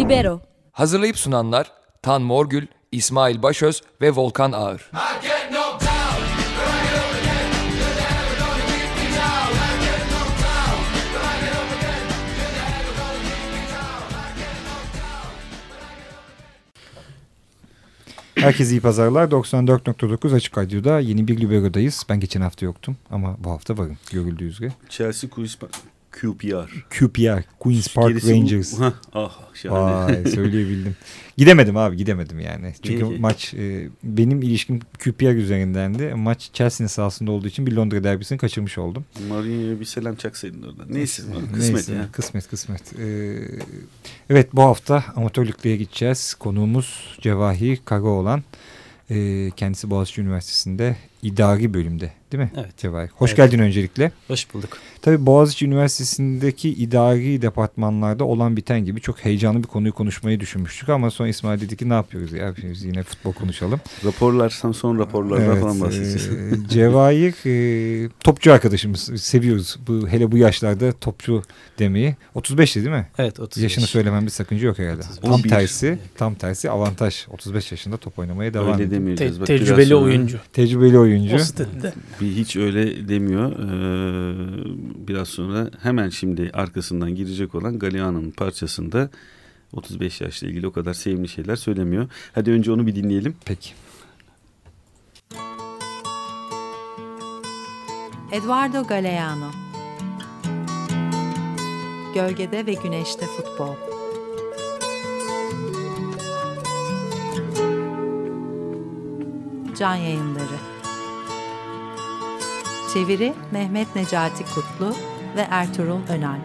Libero. Hazırlayıp sunanlar Tan Morgül, İsmail Başöz ve Volkan Ağır. Herkese iyi pazarlar. 94.9 Açık Radyo'da yeni bir Libero'dayız. Ben geçen hafta yoktum ama bu hafta varım görüldüğü üzere. Chelsea QPR. Queen's Park Gerisi Rangers. Şahane. Vay, söyleyebildim. Gidemedim yani. Çünkü Niye? maç benim ilişkim QPR üzerindendi. Maç Chelsea'nin sahasında olduğu için bir Londra derbisini kaçırmış oldum. Mourinho'ya bir selam çaksaydın oradan. Neyse kısmet ya. Kısmet. Evet, bu hafta amatörlüklere gideceğiz. Konuğumuz Cevahir Karaoğlan. Kendisi Boğaziçi Üniversitesi'nde idari bölümde, değil mi? Evet. Cevahir. Hoş geldin öncelikle. Hoş bulduk. Tabii Boğaziçi Üniversitesi'ndeki idari departmanlarda olan biten gibi çok heyecanlı bir konuyu konuşmayı düşünmüştük ama sonra İsmail dedi ki ne yapıyoruz ya? Biz yine futbol konuşalım. Son raporlardan falan bahsedeceğiz. Cevahir topçu arkadaşımız. Seviyoruz. Hele bu yaşlarda topçu demeyi. 35'ti değil mi? Evet, 35. Yaşını söylemem bir sakınca yok herhalde. 35. Tam tersi avantaj. 35 yaşında top oynamaya devam Öyle ediyor. demeyeceğiz. Bak, Tecrübeli oyuncu. Tecrübeli oyuncu. O statüde. Hiç öyle demiyor. Biraz sonra hemen şimdi arkasından girecek olan Galeano'nun parçasında 35 yaşla ilgili o kadar sevimli şeyler söylemiyor. Hadi önce onu bir dinleyelim. Peki. Eduardo Galeano. Gölgede ve güneşte futbol. Can Yayınları. Çeviri Mehmet Necati Kutlu ve Ertuğrul Önal.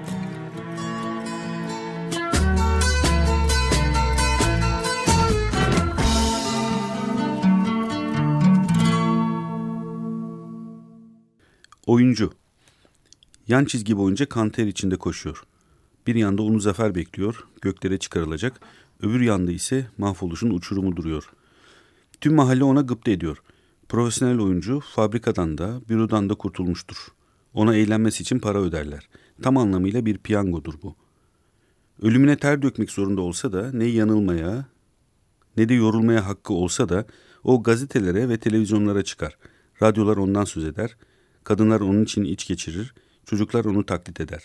Oyuncu. Yan çizgi boyunca kan ter içinde koşuyor. Bir yanda onu zafer bekliyor, göklere çıkarılacak. Öbür yanda ise mahvoluşun uçurumu duruyor. Tüm mahalle ona gıpta ediyor. Profesyonel oyuncu fabrikadan da, bürodan da kurtulmuştur. Ona eğlenmesi için para öderler. Tam anlamıyla bir piyangodur bu. Ölümüne ter dökmek zorunda olsa da ne yanılmaya ne de yorulmaya hakkı olsa da o gazetelere ve televizyonlara çıkar. Radyolar ondan söz eder. Kadınlar onun için iç geçirir. Çocuklar onu taklit eder.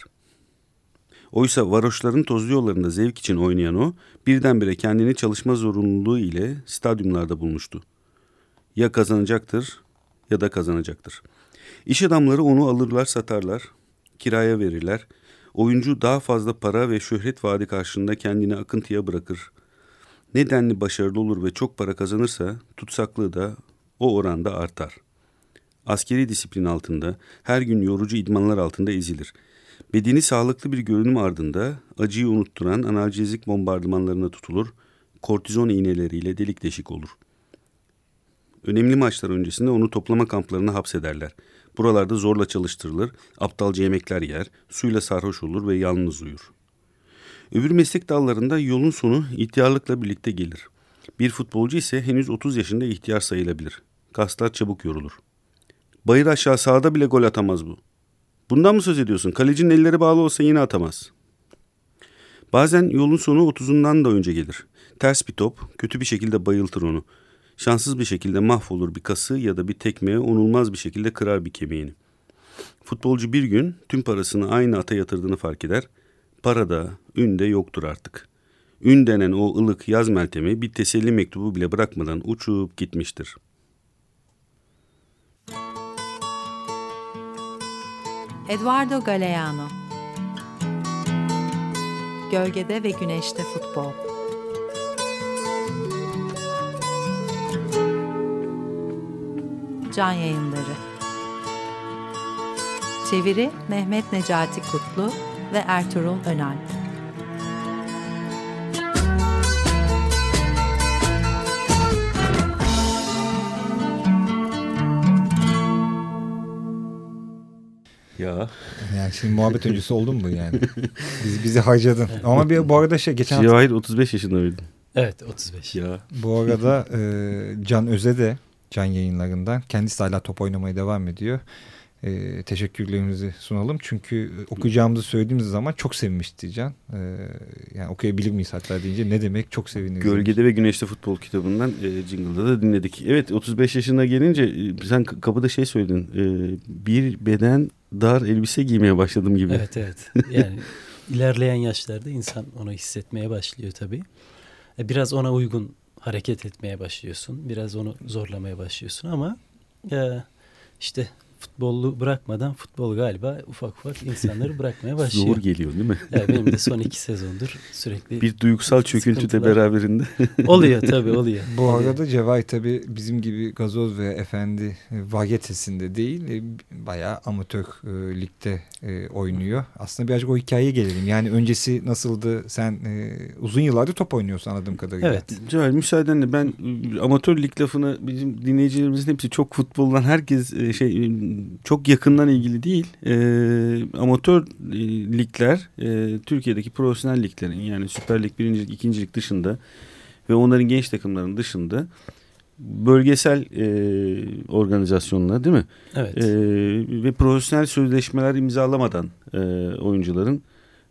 Oysa varoşların tozlu yollarında zevk için oynayan o, birdenbire kendini çalışma zorunluluğu ile stadyumlarda bulmuştu. Ya kazanacaktır ya da kazanacaktır. İş adamları onu alırlar satarlar, kiraya verirler. Oyuncu daha fazla para ve şöhret vaadi karşılığında kendini akıntıya bırakır. Ne denli başarılı olur ve çok para kazanırsa tutsaklığı da o oranda artar. Askeri disiplin altında, her gün yorucu idmanlar altında ezilir. Bedeni sağlıklı bir görünüm ardında acıyı unutturan analjezik bombardımanlarına tutulur, kortizon iğneleriyle delik deşik olur. Önemli maçlar öncesinde onu toplama kamplarına hapsederler. Buralarda zorla çalıştırılır, aptalca yemekler yer, suyla sarhoş olur ve yalnız uyur. Öbür meslek dallarında yolun sonu ihtiyarlıkla birlikte gelir. Bir futbolcu ise henüz 30 yaşında ihtiyar sayılabilir. Kaslar çabuk yorulur. Bayır aşağı sahada bile gol atamaz bu. Bundan mı söz ediyorsun? Kalecinin elleri bağlı olsa yine atamaz. Bazen yolun sonu 30'undan da önce gelir. Ters bir top kötü bir şekilde bayıltır onu. Şanssız bir şekilde mahvolur bir kası ya da bir tekme onulmaz bir şekilde kırar bir kemiğini. Futbolcu bir gün tüm parasını aynı ata yatırdığını fark eder. Para da, ün de yoktur artık. Ün denen o ılık yaz meltemi bir teselli mektubu bile bırakmadan uçup gitmiştir. Eduardo Galeano. Gölgede ve güneşte futbol. Can Yayınları. Çeviri Mehmet Necati Kutlu ve Ertuğrul Önal. Ya. Yani şimdi muhabbet öncesi oldun mu yani? Bizi harcadın. Ama bu arada geçen hafta... Cevahir 35 yaşında mıydın? Evet, 35. Ya. Bu arada Can Öze de Can Yayınları'ndan kendisi hala top oynamaya devam ediyor. teşekkürlerimizi sunalım. Çünkü okuyacağımızı söylediğimiz zaman çok sevinmişti Can. Yani okuyabilir miyiz hatta deyince ne demek çok seviniriz. Gölgede ve Güneşte Futbol kitabından Jingle'da da dinledik. Evet, 35 yaşına gelince sen kapıda şey söyledin. Bir beden dar elbise giymeye başladım gibi. Evet. Yani ilerleyen yaşlarda insan onu hissetmeye başlıyor tabii. Biraz ona uygun hareket etmeye başlıyorsun. Biraz onu zorlamaya başlıyorsun ama işte futbolu bırakmadan futbol galiba ufak ufak insanları bırakmaya başlıyor. Zor geliyor değil mi? Yani benim de son 2 sezondur sürekli bir duygusal çöküntü de beraberinde. Oluyor tabii, oluyor. Bu arada Cevahir tabii bizim gibi gazoz ve efendi varyetesinde değil, bayağı amatör ligde oynuyor. Aslında birazcık o hikayeye gelelim. Yani öncesi nasıldı? Sen uzun yıllardır top oynuyorsun anladığım kadarıyla. Evet. Cevahir, müsaadenle ben amatör lig lafını, bizim dinleyicilerimizin hepsi çok futboldan, herkes çok yakından ilgili değil. Amatör ligler, Türkiye'deki profesyonel liglerin, yani Süper Lig, 1. Lig, 2. Lig dışında ve onların genç takımlarının dışında bölgesel organizasyonlar, değil mi? Evet. Ve profesyonel sözleşmeler imzalamadan oyuncuların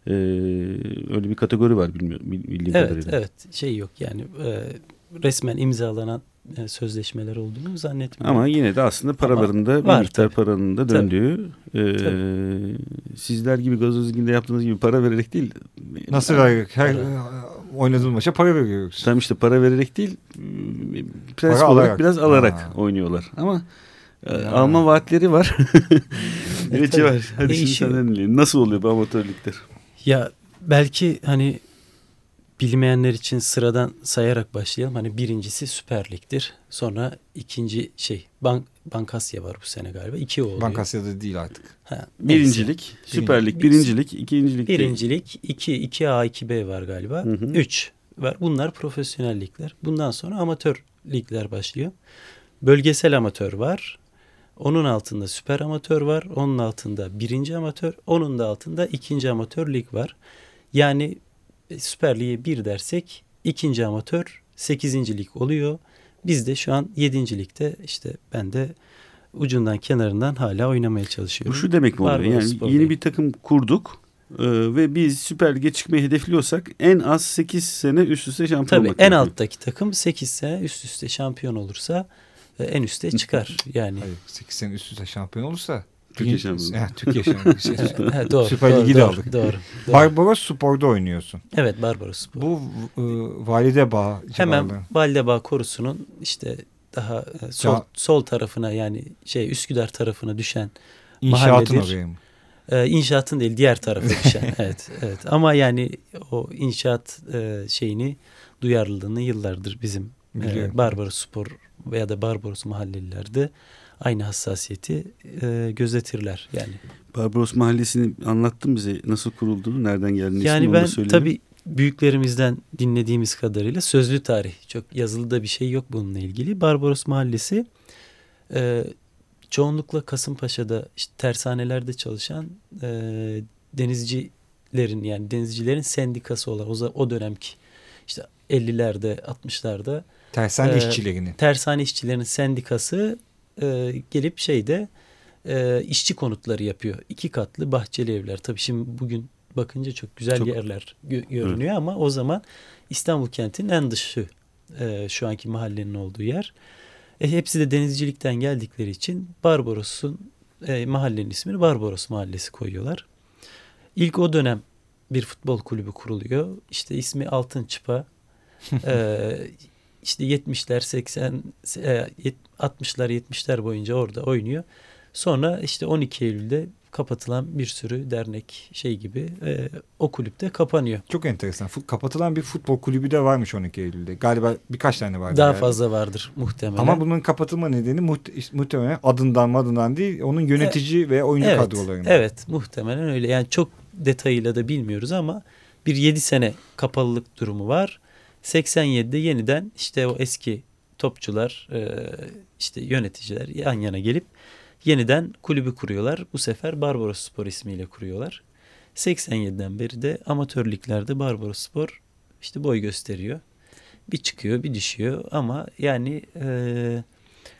öyle bir kategori var bildiğim kadarıyla. Evet, şey yok yani resmen imzalanan sözleşmeler olduğunu zannetmiyorum. Ama yine de aslında paralarında bir miktar paranın da döndüğü, sizler gibi gazoz liginde yaptığınız gibi para vererek değil. Nasıl vererek? Her oynadığın maça para veriyoruz. Tam işte para vererek değil, prensip olarak alarak, biraz alarak oynuyorlar. Ama alma vaatleri var. Evet Cevher, hadi şimdi senden dinleyelim. Nasıl oluyor bu amatör ligler? Ya belki hani bilmeyenler için sıradan sayarak başlayalım. Hani birincisi Süper Lig'dir. Sonra ikinci Bankasya var bu sene galiba. 2 oluyor. Bankasya'da değil artık. Birincilik, Süper Lig, birincilik, ikincilik. Birincilik, 2A, 2B var galiba. 3 var. Bunlar profesyonel ligler. Bundan sonra amatör ligler başlıyor. Bölgesel amatör var. Onun altında süper amatör var. Onun altında birinci amatör. Onun da altında ikinci amatör lig var. Yani Süper Lig'e 1 dersek ikinci amatör 8. lig oluyor. Biz de şu an 7. ligde, işte ben de ucundan kenarından hala oynamaya çalışıyorum. Bu şu demek mi oluyor? Yani yeni bir takım kurduk ve biz Süper Lig'e çıkmayı hedefliyorsak en az 8 sene üst üste şampiyon olmak. Tabii en alttaki takım 8 sene üst üste şampiyon olursa en üste çıkar. Yani. Hayır, 8 sene üst üste şampiyon olursa Türkiye şampiyonu. Türkiye şampiyonu. Süper Lig'i de aldık. Doğru. Barbarosspor'da oynuyorsun. Evet, Barbarosspor. Bu Validebağ hemen Validebağ korusunun işte daha sol tarafına, yani Üsküdar tarafına düşen İnşaatın mahalledir. oraya mı? İnşaatın değil, diğer tarafa düşen. Evet. Ama yani o inşaat şeyini, duyarlılığını yıllardır bizim Barbarosspor veya da Barbaros mahallelilerde aynı hassasiyeti gözetirler yani. Barbaros Mahallesi'ni anlattın bize, nasıl kurulduğunu, nereden geldiğini. Yani ben tabii büyüklerimizden dinlediğimiz kadarıyla sözlü tarih, çok yazılıda bir şey yok bununla ilgili. Barbaros Mahallesi çoğunlukla Kasımpaşa'da işte tersanelerde çalışan denizcilerin, yani denizcilerin sendikası olan o dönemki işte 50'lerde 60'larda tersane işçilerinin sendikası gelip işçi konutları yapıyor. 2 katlı bahçeli evler. Tabii şimdi bugün bakınca çok güzel yerler görünüyor ama o zaman İstanbul kentinin en dışı şu anki mahallenin olduğu yer. Hepsi de denizcilikten geldikleri için Barbaros'un mahallenin ismini Barbaros Mahallesi koyuyorlar. İlk o dönem bir futbol kulübü kuruluyor. İşte ismi Altın Çıpa. İşte 60'lar 60'lar 70'ler boyunca orada oynuyor. Sonra işte 12 Eylül'de kapatılan bir sürü dernek gibi o kulüpte kapanıyor. Çok enteresan. Kapatılan bir futbol kulübü de varmış 12 Eylül'de. Galiba birkaç tane vardı. Daha fazla vardır muhtemelen. Ama bunun kapatılma nedeni muhtemelen adından değil, onun yönetici ve oyuncu kadrolarından. Evet, muhtemelen öyle. Yani çok detayıyla da bilmiyoruz ama bir 7 sene kapalılık durumu var. 87'de yeniden işte o eski topçular, işte yöneticiler yan yana gelip yeniden kulübü kuruyorlar. Bu sefer Barbarosspor ismiyle kuruyorlar. 87'den beri de amatör liglerde Barbarosspor işte boy gösteriyor. Bir çıkıyor, bir düşüyor ama yani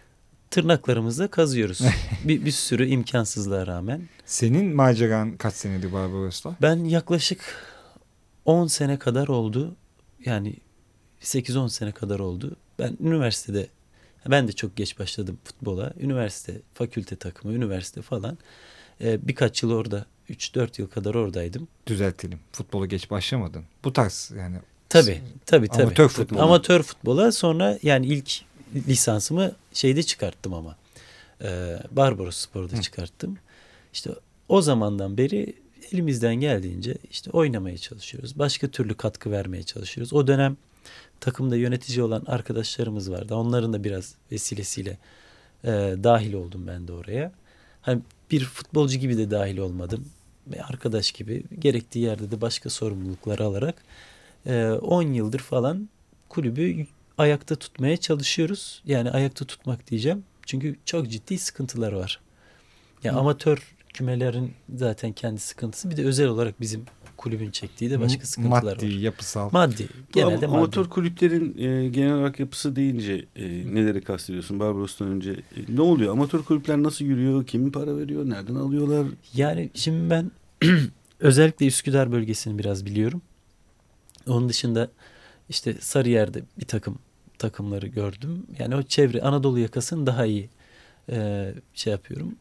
tırnaklarımızla kazıyoruz. bir sürü imkansızlığa rağmen. Senin maceran kaç senedir Barbaros'ta? Ben yaklaşık 10 sene kadar oldu. Yani 8-10 sene kadar oldu. Ben üniversitede, ben de çok geç başladım futbola. Üniversite, fakülte takımı, üniversite falan. Birkaç yıl orada, 3-4 yıl kadar oradaydım. Düzeltelim. Futbola geç başlamadın. Bu tarz yani. Tabii. Amatör futbola. Amatör futbola, sonra yani ilk lisansımı şeyde çıkarttım ama. Barbarosspor'da çıkarttım. İşte o zamandan beri elimizden geldiğince işte oynamaya çalışıyoruz. Başka türlü katkı vermeye çalışıyoruz. O dönem takımda yönetici olan arkadaşlarımız vardı. Onların da biraz vesilesiyle dahil oldum ben de oraya. Hani bir futbolcu gibi de dahil olmadım. Ve arkadaş gibi gerektiği yerde de başka sorumlulukları alarak 10 yıldır falan kulübü ayakta tutmaya çalışıyoruz. Yani ayakta tutmak diyeceğim. Çünkü çok ciddi sıkıntılar var. Ya amatör kümelerin zaten kendi sıkıntısı, bir de özel olarak bizim kulübün çektiği de başka sıkıntılar var. Maddi, yapısal. Maddi. Genelde maddi. Amatör kulüplerin genel olarak yapısı deyince neleri kastediyorsun Barbaros'tan önce? Ne oluyor? Amatör kulüpler nasıl yürüyor? Kim para veriyor? Nereden alıyorlar? Yani şimdi ben özellikle Üsküdar bölgesini biraz biliyorum. Onun dışında işte Sarıyer'de bir takımları gördüm. Yani o çevre Anadolu yakasını daha iyi şey yapıyorum.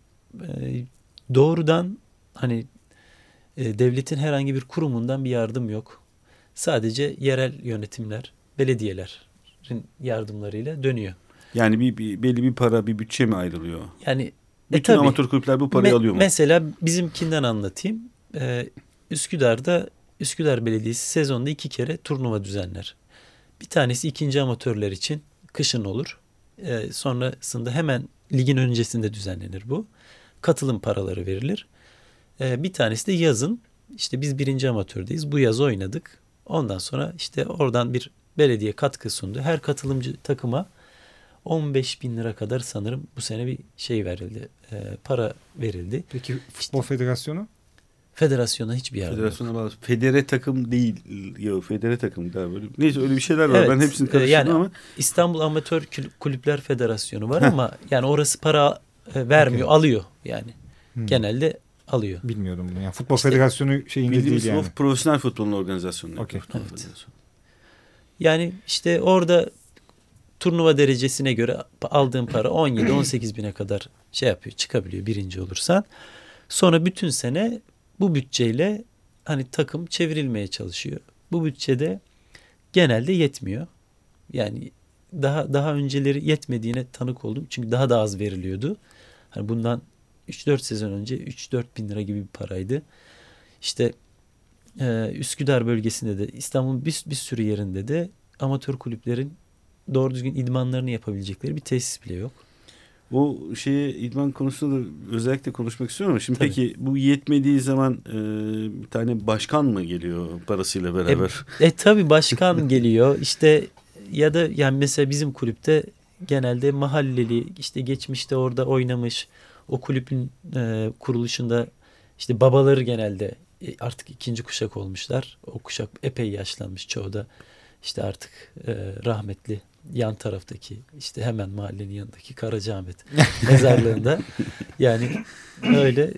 Doğrudan hani devletin herhangi bir kurumundan bir yardım yok. Sadece yerel yönetimler, belediyelerin yardımlarıyla dönüyor. Yani belli bir para, bir bütçe mi ayrılıyor? Yani bütün tabii, amatör kulüpler bu parayı alıyor mu? Mesela bizimkinden anlatayım. Üsküdar'da Üsküdar Belediyesi sezonda 2 kere turnuva düzenler. Bir tanesi ikinci amatörler için kışın olur. Sonrasında hemen ligin öncesinde düzenlenir bu. Katılım paraları verilir. Bir tanesi de yazın. İşte biz 1. amatördeyiz. Bu yaz oynadık. Ondan sonra işte oradan bir belediye katkı sundu. Her katılımcı takıma 15.000 lira kadar sanırım bu sene bir şey verildi. Para verildi. Peki Futbol Federasyonu? Federasyona hiçbir yardım Federasyona yok. bağlı. Federe takım değil. Yok, federe takım da böyle. Neyse, öyle bir şeyler var. Evet, Ben hepsini karıştırdım yani ama. İstanbul Amatör Kulüpler Federasyonu var ama yani orası para vermiyor, alıyor yani. Genelde alıyor. Bilmiyordum bunu. Yani Futbol Federasyonu şeyinde değil yani. Profesyonel futbolun organizasyonu. Okay. Evet. Yani işte orada turnuva derecesine göre aldığın para 17-18 bine kadar şey yapıyor, çıkabiliyor birinci olursan. Sonra bütün sene bu bütçeyle hani takım çevrilmeye çalışıyor. Bu bütçede genelde yetmiyor. Yani daha önceleri yetmediğine tanık oldum. Çünkü daha da az veriliyordu. Hani bundan 3-4 sezon önce 3-4 bin lira gibi bir paraydı. İşte Üsküdar bölgesinde de İstanbul'un bir sürü yerinde de amatör kulüplerin doğru düzgün idmanlarını yapabilecekleri bir tesis bile yok. O idman konusunda da özellikle konuşmak istiyorum ama şimdi Tabii. Peki bu yetmediği zaman bir tane başkan mı geliyor parasıyla beraber? Tabii başkan geliyor işte, ya da yani mesela bizim kulüpte genelde mahalleli, işte geçmişte orada oynamış, o kulübün kuruluşunda işte babaları genelde artık 2. kuşak olmuşlar. O kuşak epey yaşlanmış, çoğu da işte artık rahmetli. Yan taraftaki işte hemen mahallenin yanındaki Karacaahmet mezarlığında yani öyle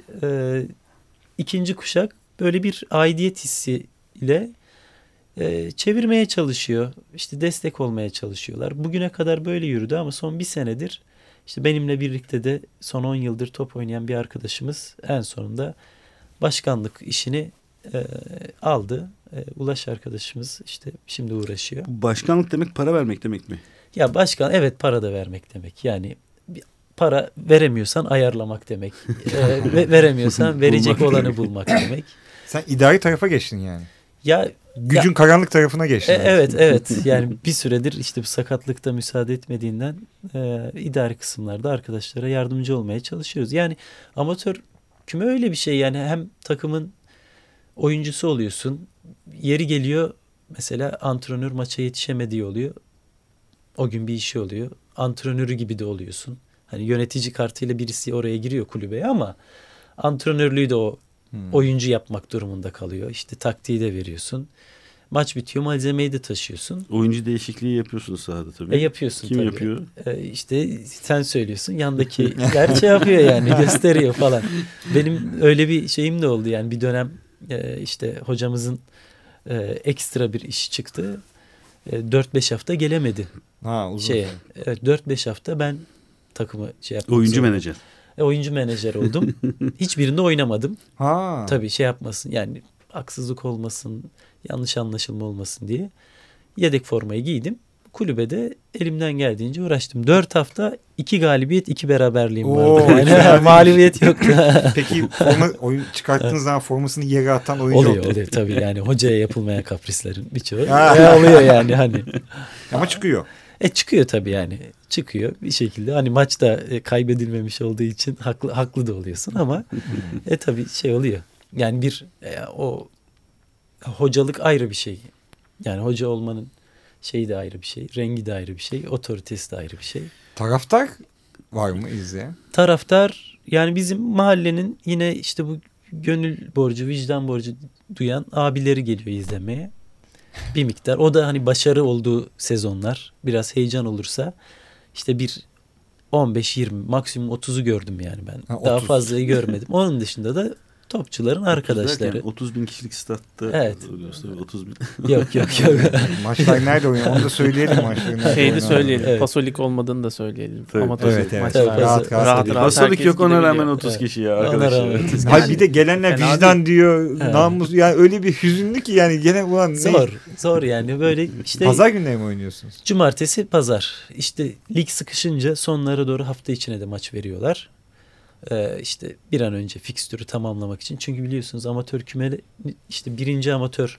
2. kuşak böyle bir aidiyet hissiyle çevirmeye çalışıyor. İşte destek olmaya çalışıyorlar. Bugüne kadar böyle yürüdü ama son bir senedir işte benimle birlikte de son 10 yıldır top oynayan bir arkadaşımız en sonunda başkanlık işini aldı. Ulaş arkadaşımız işte şimdi uğraşıyor. Başkanlık demek para vermek demek mi? Ya başkan, evet, para da vermek demek. Yani para veremiyorsan ayarlamak demek. Veremiyorsan verecek olanı bulmak demek. Sen idari tarafa geçtin yani. Ya Gücün karanlık tarafına geçtin. Evet. Yani bir süredir işte bu sakatlıkta müsaade etmediğinden idari kısımlarda arkadaşlara yardımcı olmaya çalışıyoruz. Yani amatör küme öyle bir şey, yani hem takımın oyuncusu oluyorsun. Yeri geliyor mesela antrenör maça yetişemediği oluyor. O gün bir işi oluyor. Antrenörü gibi de oluyorsun. Hani yönetici kartıyla birisi oraya giriyor kulübeye ama antrenörlüğü de o oyuncu yapmak durumunda kalıyor. İşte taktiği de veriyorsun. Maç bitiyor, malzemeyi de taşıyorsun. Oyuncu değişikliği yapıyorsunuz sahada tabii. Yapıyorsun Kim tabii. yapıyor? İşte sen söylüyorsun. Yandakiler şey yapıyor yani, gösteriyor falan. Benim öyle bir şeyim de oldu yani, bir dönem işte hocamızın ekstra bir işi çıktı. 4-5 hafta gelemedi. Uzun. Evet, 4-5 hafta ben takımı şey yaptım. Oyuncu menajer. Oyuncu menajer oldum. Hiçbirinde oynamadım. Ha. Tabii şey yapmasın yani, haksızlık olmasın, yanlış anlaşılma olmasın diye. Yedek formayı giydim. Kulübede elimden geldiğince uğraştım. 4 hafta 2 galibiyet 2 beraberliğim vardı. Yani mağlubiyet yoktu. Peki oyun çıkarttığınız zaman formasını yere atan oyuncu oluyor tabii yani, hocaya yapılmayan kaprislerin birçoğu oluyor yani hani. Ama çıkıyor. Çıkıyor tabii yani. Çıkıyor bir şekilde. Hani maçta kaybedilmemiş olduğu için haklı da oluyorsun ama tabii şey oluyor. Yani bir o hocalık ayrı bir şey. Yani hoca olmanın şeyi de ayrı bir şey. Rengi de ayrı bir şey. Otoritesi de ayrı bir şey. Taraftar var mı izleyen? Taraftar yani bizim mahallenin yine işte bu gönül borcu, vicdan borcu duyan abileri geliyor izlemeye. Bir miktar. O da hani başarı olduğu sezonlar, biraz heyecan olursa işte bir 15-20 maksimum 30'u gördüm yani ben. Daha fazlayı görmedim. Onun dışında da topçuların arkadaşları. 30 bin kişilik statta. Evet. 30 bin. Yok. Maçlar nerede oynuyor? Onu da söyleyelim maçları. Şeyi de söyleyelim. Evet. Pasolik olmadığını da söyleyelim. Tabii, Amatör evet. maçlar. Rahat. Pasolik yok, ona rağmen 30 kişi ya arkadaşlar. Hayır, bir de gelenler vicdan diyor. Namus yani, öyle bir hüzünlü ki yani, gene ulan zor yani böyle işte. Pazar günleri mi oynuyorsunuz? Cumartesi, pazar. İşte lig sıkışınca sonlara doğru hafta içine de maç veriyorlar. İşte bir an önce fikstürü tamamlamak için. Çünkü biliyorsunuz amatör kümeli işte 1. amatör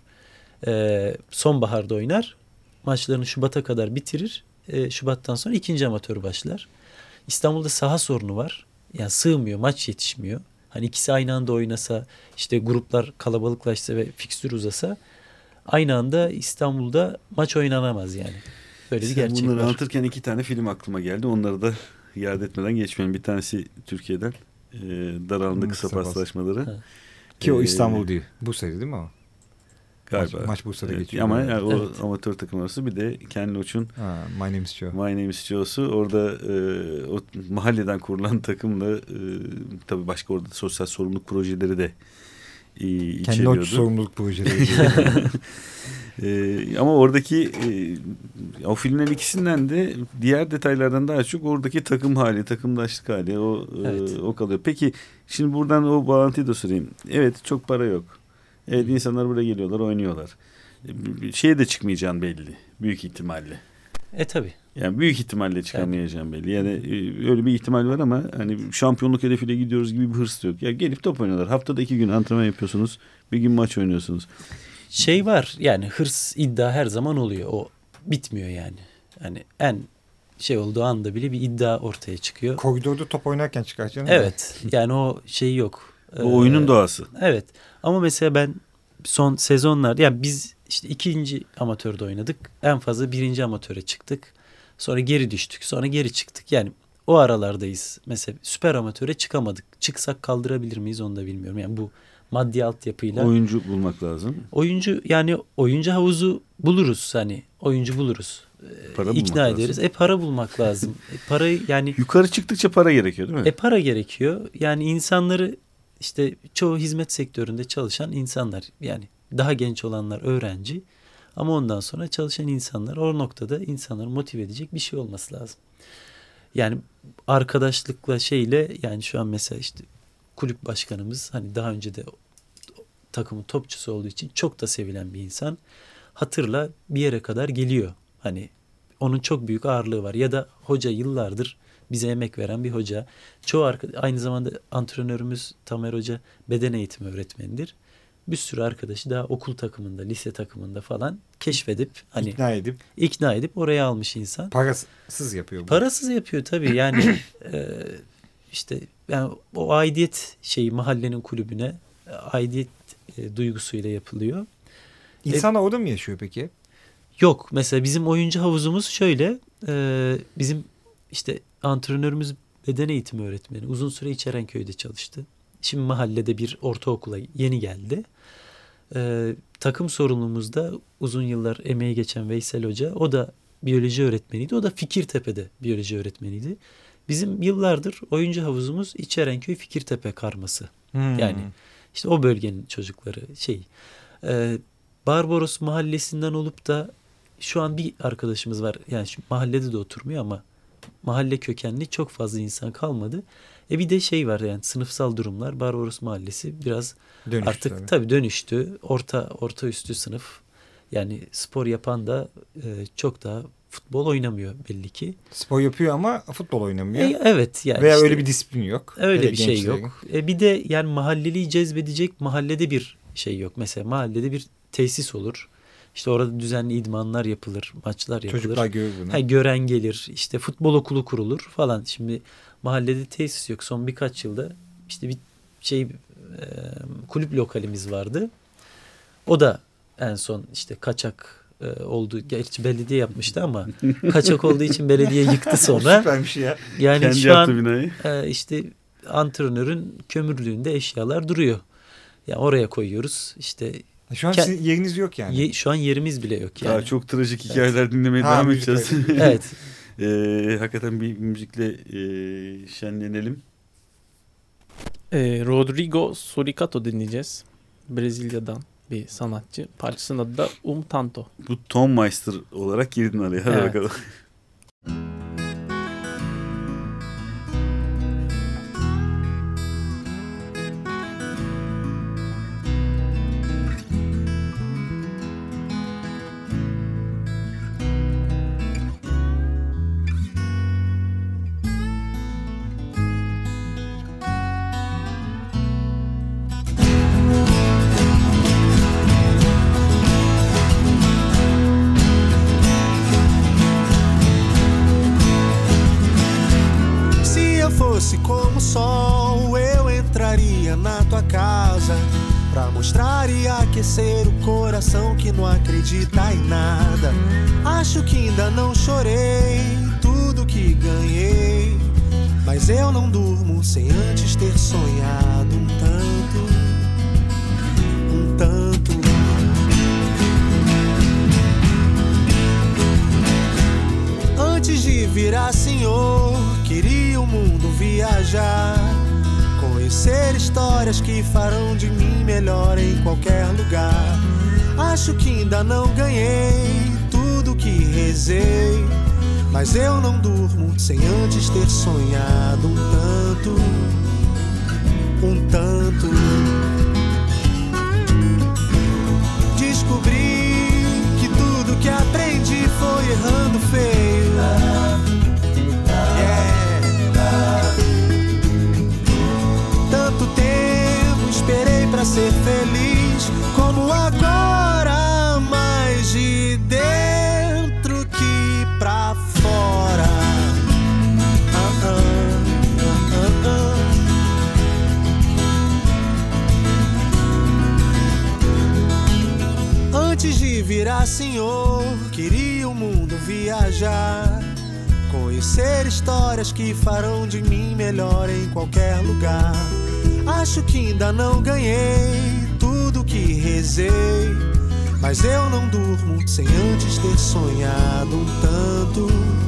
sonbaharda oynar. Maçlarını Şubat'a kadar bitirir. Şubat'tan sonra 2. amatör başlar. İstanbul'da saha sorunu var. Yani sığmıyor, maç yetişmiyor. Hani ikisi aynı anda oynasa, işte gruplar kalabalıklaşsa ve fikstür uzasa, aynı anda İstanbul'da maç oynanamaz yani. Böyle bir gerçek bunları var. anlatırken 2 tane film aklıma geldi. Onları da yad etmeden geçmeyelim. Bir tanesi Türkiye'den. Daralanda kısa paslaşmaları. Ki o İstanbul değil. Bursa'ydı değil mi o? Galiba. Maç Bursa'da geçiyor. Ama yani o amatör takım arası, bir de Ken Loach'un My Name is Joe. My Name is Joe'su. Orada o mahalleden kurulan takımla tabii başka orada sosyal sorumluluk projeleri de içeriyordu. Ken Loach sorumluluk projeleri. Ama oradaki o filmlerin ikisinden de diğer detaylardan daha çok oradaki takım hali, takımdaşlık hali o kalıyor. Peki şimdi buradan o bağlantıyı da sorayım. Evet, çok para yok. Evet, insanlar buraya geliyorlar, oynuyorlar. Şeye de çıkmayacağın belli. Büyük ihtimalle. Tabii. Yani büyük ihtimalle çıkamayacağım belli. Yani öyle bir ihtimal var ama hani şampiyonluk hedefiyle gidiyoruz gibi bir hırs yok. Ya gelip top oynuyorlar. Haftada 2 gün antrenman yapıyorsunuz. Bir gün maç oynuyorsunuz. Şey var yani, hırs, iddia her zaman oluyor. O bitmiyor yani. Yani en şey olduğu anda bile bir iddia ortaya çıkıyor. Koridorda top oynarken çıkartacaksın. Evet. Yani o şey yok. O oyunun doğası. Evet. Ama mesela ben son sezonlar, yani biz işte 2. amatörde oynadık. En fazla 1. amatöre çıktık. Sonra geri düştük. Sonra geri çıktık. Yani o aralardayız. Mesela süper amatöre çıkamadık. Çıksak kaldırabilir miyiz onu da bilmiyorum. Yani bu maddi altyapıyla. Oyuncu bulmak lazım. Oyuncu havuzu buluruz, hani oyuncu buluruz. Para İkna ederiz. Para bulmak lazım. Parayı yani. Yukarı çıktıkça para gerekiyor değil mi? Para gerekiyor. Yani insanları, işte çoğu hizmet sektöründe çalışan insanlar, yani daha genç olanlar öğrenci, ama ondan sonra çalışan insanlar, o noktada insanları motive edecek bir şey olması lazım. Yani arkadaşlıkla şeyle, yani şu an mesela işte kulüp başkanımız hani daha önce de takımın topçusu olduğu için çok da sevilen bir insan. Hatırla bir yere kadar geliyor. Hani onun çok büyük ağırlığı var. Ya da hoca, yıllardır bize emek veren bir hoca. Aynı zamanda antrenörümüz Tamer Hoca beden eğitimi öğretmenidir. Bir sürü arkadaşı daha okul takımında, lise takımında falan keşfedip hani ikna edip oraya almış insan. Parasız yapıyor bu. Parasız yapıyor tabii. Yani işte yani o aidiyet şeyi, mahallenin kulübüne aidiyet duygusuyla yapılıyor. İnsanlar orada mı yaşıyor peki? Yok. Mesela bizim oyuncu havuzumuz şöyle. Bizim işte antrenörümüz beden eğitimi öğretmeni. Uzun süre İçerenköy'de çalıştı. Şimdi mahallede bir ortaokula yeni geldi. Takım sorumlumuzda uzun yıllar emeği geçen Veysel Hoca, o da biyoloji öğretmeniydi. O da Fikirtepe'de biyoloji öğretmeniydi. Bizim yıllardır oyuncu havuzumuz İçerenköy Fikirtepe karması. Yani işte o bölgenin çocukları Barbaros mahallesinden olup da şu an bir arkadaşımız var. Yani şu mahallede de oturmuyor ama mahalle kökenli çok fazla insan kalmadı. Bir de var yani sınıfsal durumlar. Barbaros mahallesi biraz dönüştü, artık tabii dönüştü. Orta üstü sınıf. Yani spor yapan da çok daha futbol oynamıyor belli ki. Spor yapıyor ama futbol oynamıyor. Evet yani. Veya öyle bir disiplin yok. Öyle bir şey yok. Bir de yani mahalleliyi cezbedecek mahallede bir şey yok. Mesela mahallede bir tesis olur. İşte orada düzenli idmanlar yapılır, maçlar yapılır. Çocuklar görür bunu. Gören gelir, işte futbol okulu kurulur falan. Şimdi mahallede tesis yok. Son birkaç yılda işte bir kulüp lokalimiz vardı. O da en son işte kaçak oldu. Gerçi belediye yapmıştı ama kaçak olduğu için belediye yıktı sonra. Süpermiş ya. Yani kendi şu an işte antrenörün kömürlüğünde eşyalar duruyor. Yani oraya koyuyoruz. İşte şu an sizin yeriniz yok yani. Şu an yerimiz bile yok yani. Daha çok trajik hikayeler dinlemeye devam edeceğiz. Evet. Hakikaten bir müzikle şenlenelim. Rodrigo Suricato dinleyeceğiz. Brezilya'dan bir sanatçı. Parçasının adı da Tanto. Bu Tom Meister olarak girdin araya. Hadi bakalım. Como o sol, eu entraria na tua casa pra mostrar e aquecer o coração que não acredita em nada. Acho que ainda não chorei tudo que ganhei, mas eu não durmo sem antes ter sonhado um tanto. Antes de virar senhor, queria o mundo viajar, conhecer histórias que farão de mim melhor em qualquer lugar. Acho que ainda não ganhei tudo que rezei, mas eu não durmo sem antes ter sonhado um tanto. Descobri que tudo que aprendi foi errando feio. Tanto tempo esperei pra ser feliz, como agora, mais de dentro que pra fora. Antes de virar senhor, queria o mundo viajar, conhecer histórias que farão de mim melhor em qualquer lugar. Acho que ainda não ganhei tudo que rezei, mas eu não durmo sem antes ter sonhado um tanto.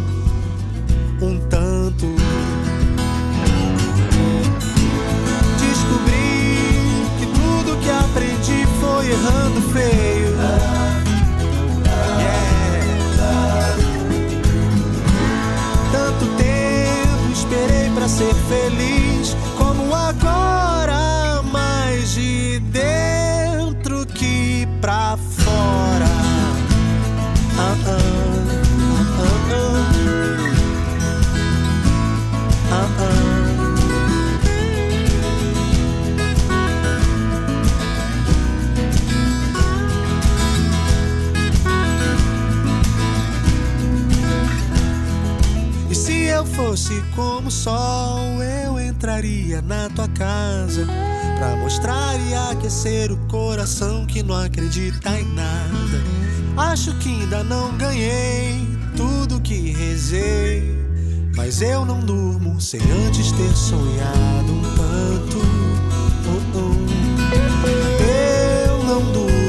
Descobri que tudo que aprendi foi errando feio. Tanto tempo esperei pra ser feliz, como agora, mais de dentro que pra fora. E se eu fosse como o sol, eu entraria na tua casa pra mostrar e aquecer o coração que não acredita em nada. Acho que ainda não ganhei tudo que rezei, mas eu não durmo sem antes ter sonhado um tanto. Eu não durmo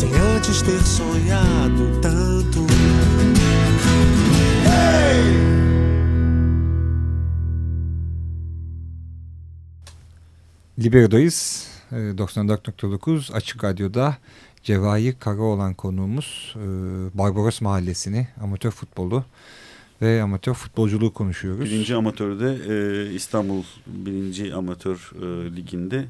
sem antes ter sonhado tanto. Libero'dayız. 94.9 Açık Radyo'da Cevahir Karaoğlan konuğumuz. Barbaros Mahallesi'ni, amatör futbolu ve amatör futbolculuğu konuşuyoruz. 1. Amatör'de İstanbul 1. Amatör Ligi'nde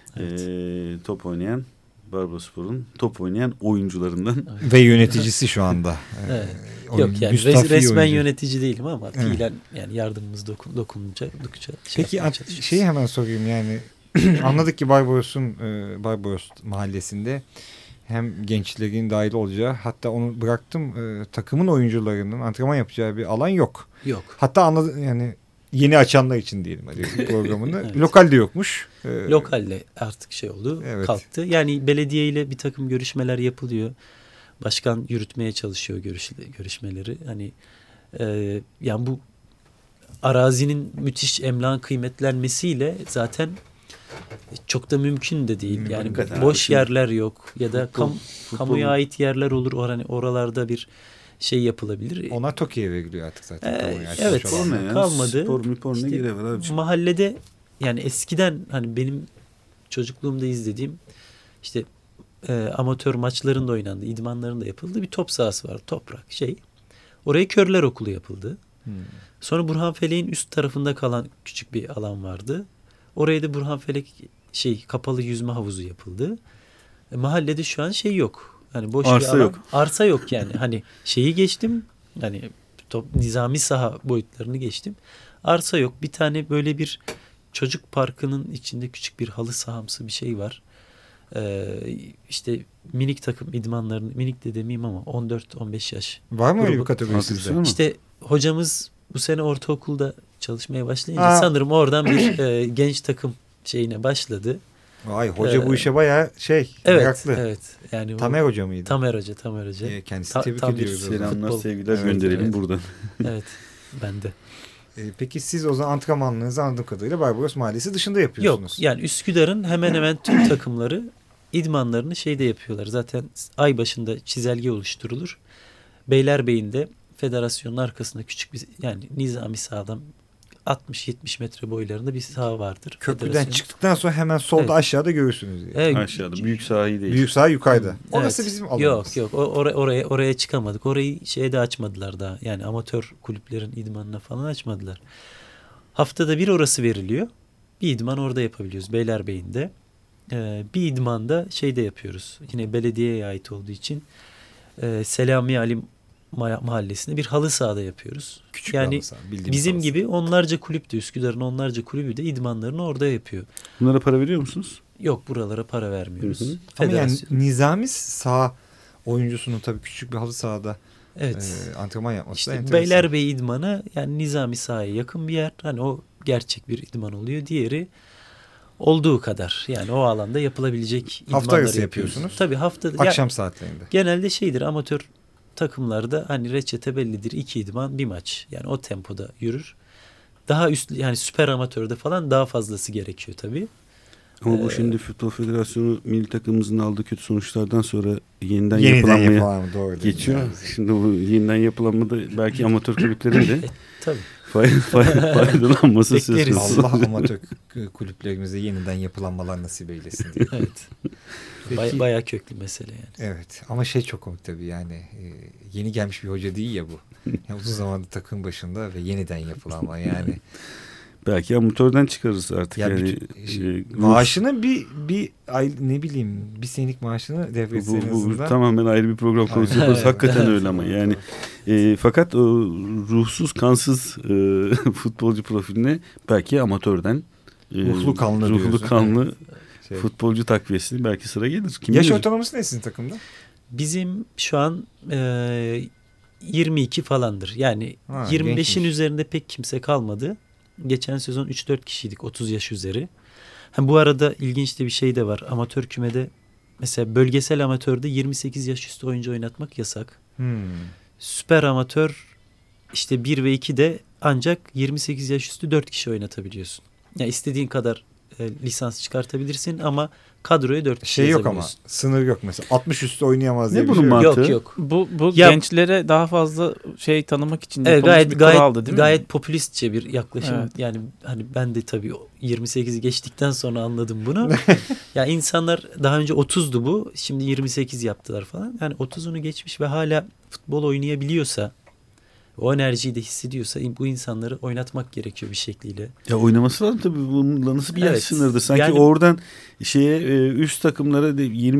top oynayan Barbarosspor'un top oynayan oyuncularından. Ve yöneticisi şu anda. Evet. Yok yani resmen yönetici değilim ama fiilen yani yardımımız dokununca Peki şeyi hemen sorayım yani anladık ki Barbaros Mahallesi'nde hem gençlerin dahil olacağı, hatta onu bıraktım, takımın oyuncularının antrenman yapacağı bir alan yok. Yok. Hatta anladım yani yeni açanlar için diyelim hadi programını. Evet. Lokalde yokmuş. Lokalde artık oldu, evet. Kalktı. Yani belediye ile bir takım görüşmeler yapılıyor. Başkan yürütmeye çalışıyor görüşmeleri. Hani yani bu arazinin müthiş emlakın kıymetlenmesiyle zaten çok da mümkün de değil. Yani boş yerler yok ya da kamuya ait yerler olur. Oralarda bir şey yapılabilir. Ona TOKİ'ye veriliyor artık zaten. Evet. Kalmadı. Spor ne gereği var abi? Mahallede yani eskiden hani benim çocukluğumda izlediğim işte amatör maçların da oynandı, idmanların da yapıldı. Bir top sahası var. Toprak Oraya Körler Okulu yapıldı. Sonra Burhanfelek'in üst tarafında kalan küçük bir alan vardı. Oraya da Burhanfelek kapalı yüzme havuzu yapıldı. Mahallede şu an yok. Hani boş arsa bir alan. Yok. Arsa yok yani. Hani geçtim. Hani nizami saha boyutlarını geçtim. Arsa yok. Bir tane böyle bir çocuk parkının içinde küçük bir halı sahamsı bir şey var. İşte minik takım idmanlarını, minik de demeyeyim ama 14-15 yaş. Var mı öyle bir kategori sizde? İşte hocamız bu sene ortaokulda çalışmaya başlayınca sanırım oradan bir genç takım başladı. Vay, hoca bu işe bayağı meraklı. Evet. Yani Tamer Hoca mıydı? Tamer Hoca. Kendisini tebrik ediyoruz. Selamlar, sevgiler gönderelim buradan. Evet. Ben de. Peki siz o zaman antrenmanlarınızı anladığım kadarıyla Barbaros Mahallesi dışında yapıyorsunuz. Yok. Yani Üsküdar'ın hemen hemen tüm takımları idmanlarını yapıyorlar. Zaten ay başında çizelge oluşturulur. Beylerbeyi'nde federasyonun arkasında küçük bir nizami sahadan 60-70 metre boylarında bir saha vardır. Köprüden çıktıktan sonra hemen solda aşağıda görürsünüz. Evet. Aşağıda. Büyük sahayı değil. Büyük saha yukarıda. Orası evet. bizim alanımız. Yok. Oraya çıkamadık. Orayı de açmadılar daha. Yani amatör kulüplerin idmanına falan açmadılar. Haftada bir orası veriliyor. Bir idman orada yapabiliyoruz. Beylerbeyi'nde. Bir idmanda de yapıyoruz. Yine belediyeye ait olduğu için Selami Ali Mahallesi'nde bir halı sahada yapıyoruz. Küçük yani saha, bizim gibi onlarca kulüp de, Üsküdar'ın onlarca kulübü de idmanlarını orada yapıyor. Bunlara para veriyor musunuz? Yok, buralara para vermiyoruz. Hı. Ama yani nizami saha oyuncusunun tabii küçük bir halı sahada antrenman yapması da enteresan. Beylerbeyi idmanı yani nizami sahaya yakın bir yer. Hani o gerçek bir idman oluyor. Diğeri olduğu kadar. Yani o alanda yapılabilecek idmanları yapıyorsunuz. Tabii haftada. Akşam saatlerinde. Genelde amatör takımlarda hani reçete bellidir. 2 idman, 1 maç. Yani o tempoda yürür. Daha üst, yani süper amatörde falan daha fazlası gerekiyor tabii. Ama bu şimdi Futbol Federasyonu milli takımımızın aldığı kötü sonuçlardan sonra yeniden yapılanmaya geçiyor. Yani. Şimdi bu yeniden yapılanmada belki amatör kulüplerin de tabii. Faydalanması söz konusu. Allah amatör kulüplerimize yeniden yapılanmalar nasip eylesin diye. Evet. Bayağı köklü mesele yani. Evet ama çok komik tabii yani yeni gelmiş bir hoca değil ya bu. Yani uzun zamandır takım başında ve yeniden yapılanma yani. Belki amatörden çıkarırız artık. Ya yani maaşını bir ay ne bileyim bir senelik maaşını devretse en azından. Bu tamamen ayrı bir program konusu. Hakikaten öyle ama yani. Fakat o ruhsuz kansız futbolcu profiline belki amatörden ruhlu kanlı futbolcu takviyesini belki sıra gelir. Kim yaş bilir? Ortalaması ne sizin takımda? Bizim şu an 22 falandır. Yani 25'in üzerinde pek kimse kalmadı. Geçen sezon 3-4 kişiydik 30 yaş üzeri. Bu arada ilginç de bir şey de var. Amatör kümede mesela bölgesel amatörde 28 yaş üstü oyuncu oynatmak yasak. Süper amatör 1 ve 2'de ancak 28 yaş üstü 4 kişi oynatabiliyorsun. Yani istediğin kadar lisans çıkartabilirsin ama kadroya 4 kişi şey yok ama yazabiliyorsun. sınır yok mesela 60 üstü oynayamaz diye Ne bir bunun şey yok. mantığı? Yok. Bu Ya- gençlere daha fazla şey tanımak için Evet, yapılmış bir kuraldı değil mi? gayet popülistçe bir yaklaşım. Evet. Yani hani ben de tabii 28'i geçtikten sonra anladım bunu. Ya insanlar daha önce 30'du bu. Şimdi 28 yaptılar falan. Yani 30'unu geçmiş ve hala futbol oynayabiliyorsa, o enerjiyi de hissediyorsa bu insanları oynatmak gerekiyor bir şekliyle. Ya oynaması lazım tabii. Bununla nasıl bir yaş Evet, sınırdır? Sanki yani- oradan üst takımlara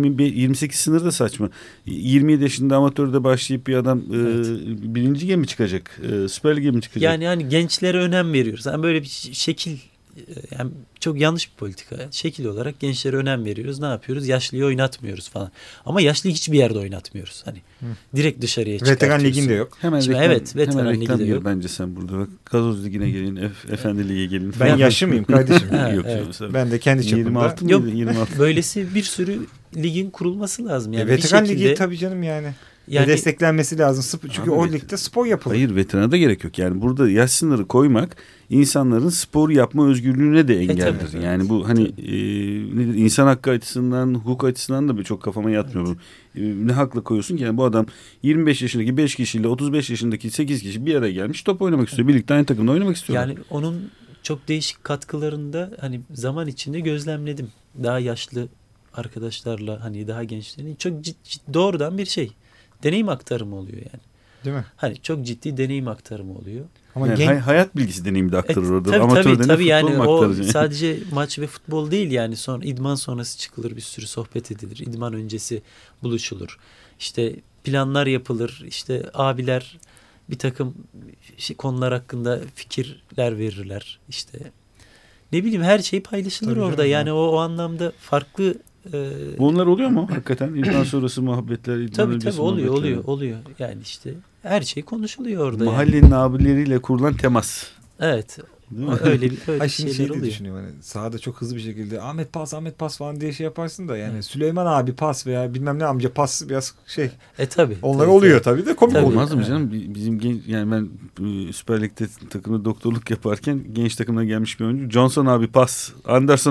28 sınır da saçma. 27 yaşında amatörde başlayıp bir adam birinci lige mi çıkacak? Süper Lig'e mi çıkacak? Yani hani gençlere önem veriyoruz. Yani böyle bir şekil, yani çok yanlış bir politika. Şekil olarak gençlere önem veriyoruz. Ne yapıyoruz? Yaşlıyı oynatmıyoruz falan. Ama yaşlıyı hiçbir yerde oynatmıyoruz. Hani direkt dışarıya çıkartıyoruz. Veteran liginde yok. Hemen Şimdi reklam, evet, veteran hemen ligi reklam de gir yok. bence sen burada. Bak, Gazoz Ligi'ne gelin, Efendi Ligi'ye gelin. Ben falan. yaşlı mıyım kardeşim? Ha, Yok evet. mesela. Ben de kendi çapımda. 26 mıydı? Yok. 26. Böylesi bir sürü ligin kurulması lazım. Yani Veteran bir şekilde, ligi tabii canım yani. yani Desteklenmesi lazım. Çünkü Abi, o ligde spor yapılır. Hayır, veterana da gerek yok. Yani burada yaş sınırı koymak insanların spor yapma özgürlüğüne de engeldir. tabii, yani bu hani nedir, insan hakkı açısından, hukuk açısından da çok kafama yatmıyor bu. Ne hakla koyuyorsun ki? Yani bu adam 25 yaşındaki 5 kişiyle 35 yaşındaki 8 kişi bir araya gelmiş top oynamak istiyor. Birlikte aynı takımda oynamak istiyorlar. yani onun çok değişik katkılarını da hani zaman içinde gözlemledim. Daha yaşlı arkadaşlarla, hani daha gençlerin çok doğrudan bir şey. Deneyim aktarımı oluyor yani. Değil mi? Hani çok ciddi deneyim aktarımı oluyor. Ama Yani hayat bilgisi deneyimi de aktarır orada. Amatörde Tabii ne yani futbol mu o aktaracak? sadece maç ve futbol değil, yani sonra idman sonrası çıkılır, bir sürü sohbet edilir. İdman öncesi buluşulur. İşte planlar yapılır. İşte abiler bir takım konular hakkında fikirler verirler. İşte ne bileyim, her şey paylaşılır Tabii orada. canım, Yani o anlamda farklı Bunlar oluyor mu hakikaten? İdman sonrası muhabbetler, idman tabii öncesi oluyor. muhabbetler. Yani işte her şey konuşuluyor orada. Yani. Mahallenin abileriyle kurulan temas. Evet. Değil mi? Öyle Ay şimdi şeyler şey de oluyor. düşünüyorum hani sahada çok hızlı bir şekilde Ahmet pas falan diye şey yaparsın da yani Süleyman abi pas veya bilmem ne amca pas biraz şey. Tabii. Onlar tabii, oluyor tabii de komik Tabii. oluyor. Olmaz mı canım? Bizim genç, yani ben Süper Lig'de takımda doktorluk yaparken genç takımına gelmiş bir oyuncu. Johnson abi pas, Anderson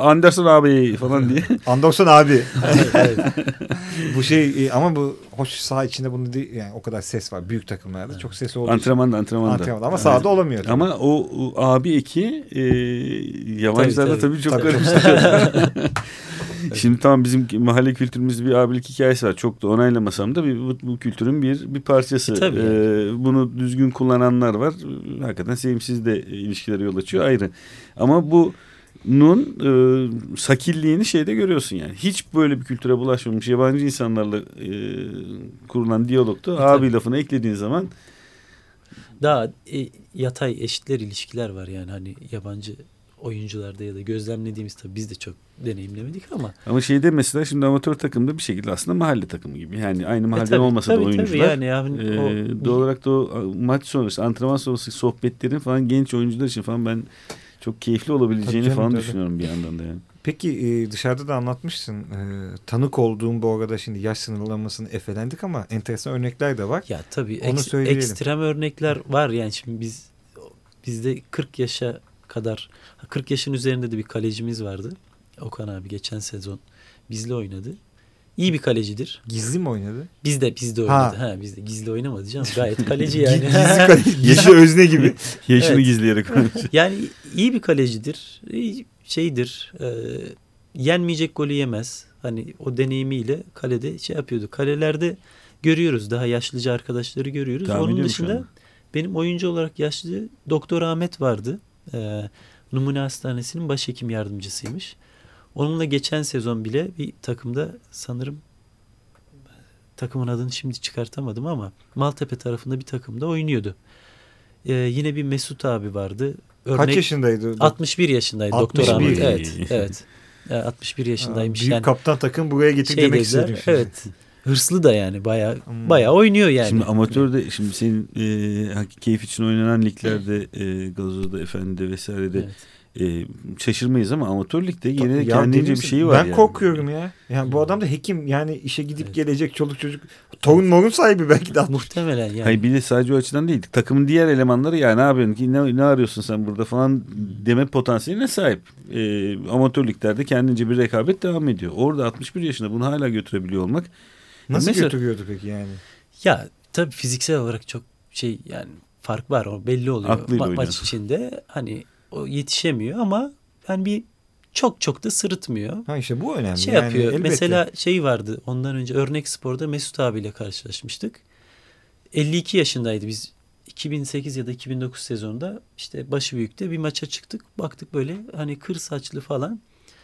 abi falan diye. Anderson abi. Evet. Bu şey ama bu hoş saha içinde bunu değil, yani o kadar ses var büyük takımlarda çok ses olduğu için. Antrenmanda ama sahada olamıyor. Tabii. Ama o abi eki yabancılarda tabii çok Tabii. garip. Şimdi tamam, bizim mahalle kültürümüzde bir abilik hikayesi var. Çok da onaylamasam da bu kültürün bir parçası. Tabii. Bunu düzgün kullananlar var. Hakikaten sevimsiz de ilişkilere yol açıyor, ayrı. Ama bunun sakilliğini şeyde görüyorsun yani. Hiç böyle bir kültüre bulaşmamış yabancı insanlarla kurulan diyalogda abi lafını eklediğin zaman Daha yatay eşitler ilişkiler var yani, hani yabancı oyuncularda ya da gözlemlediğimiz, tabii biz de çok deneyimlemedik ama şeyde mesela şimdi amatör takımda bir şekilde aslında mahalle takımı gibi. Yani aynı mahalleden olmasa da oyuncular. Tabii yani doğal olarak da o maç sonrası, antrenman sonrası sohbetlerin falan genç oyuncular için falan ben çok keyifli olabileceğini canım, falan tabii. düşünüyorum bir yandan da yani. Peki dışarıda da anlatmışsın. Tanık olduğum bu arada şimdi yaş sınırlamasını efelendik ama enteresan örnekler de var. ya tabii Onu söyleyelim. ekstrem örnekler var yani. Şimdi bizde 40 yaşın üzerinde de bir kalecimiz vardı. Okan abi geçen sezon bizle oynadı. İyi bir kalecidir. Gizli mi oynadı? Bizde oynadı. Bizde gizli oynamadı canım. Gayet kaleci yani. Gizli özne gibi. Yaşını Evet. gizleyerek. Yani iyi bir kalecidir. Yenmeyecek golü yemez. Hani o deneyimiyle kalede şey yapıyordu. Kalelerde görüyoruz. Daha yaşlıca arkadaşları görüyoruz. Tahmin Onun ediyorum şu dışında anda. benim oyuncu olarak yaşlı Doktor Ahmet vardı. Numune Hastanesi'nin başhekim yardımcısıymış. Onunla geçen sezon bile bir takımda, sanırım takımın adını şimdi çıkartamadım ama Maltepe tarafında bir takımda oynuyordu. Yine bir Mesut abi vardı. Kaç yaşındaydı? 61 yaşındaydı 61. Doktor Ahmet. Evet. 61 yaşındaymış. Büyük yani kaptan takım buraya getir demek dediler, istedim. evet. Hırslı da yani bayağı oynuyor yani. Şimdi amatörde, şimdi senin keyif için oynanan liglerde Gazoz'da, Efendi'de vesairede şaşırmayız ama amatör ligde yine kendince bir şeyi var. Ben korkuyorum ya. Yani bu adam da hekim, yani işe gidip gelecek, çoluk çocuk, torun sahibi belki de. Muhtemelen yani. Hayır, bir de sadece o açıdan değil. Takımın diğer elemanları ya ne yapıyorsun ki, ne arıyorsun sen burada falan deme potansiyeline sahip. Amatör liglerde kendince bir rekabet devam ediyor. Orada 61 yaşında bunu hala götürebiliyor olmak. Nasıl götürüyordu peki yani? Ya tabii fiziksel olarak çok yani fark var, o belli oluyor maç içinde. Hani o yetişemiyor ama yani çok da sırıtmıyor. Ha işte bu önemli. Şey yani yapıyor. Elbette. Mesela vardı ondan önce Örnek Spor'da Mesut abiyle karşılaşmıştık. 52 yaşındaydı, biz 2008 ya da 2009 sezonunda işte Başıbüyük'te bir maça çıktık. Baktık böyle hani kır saçlı falan.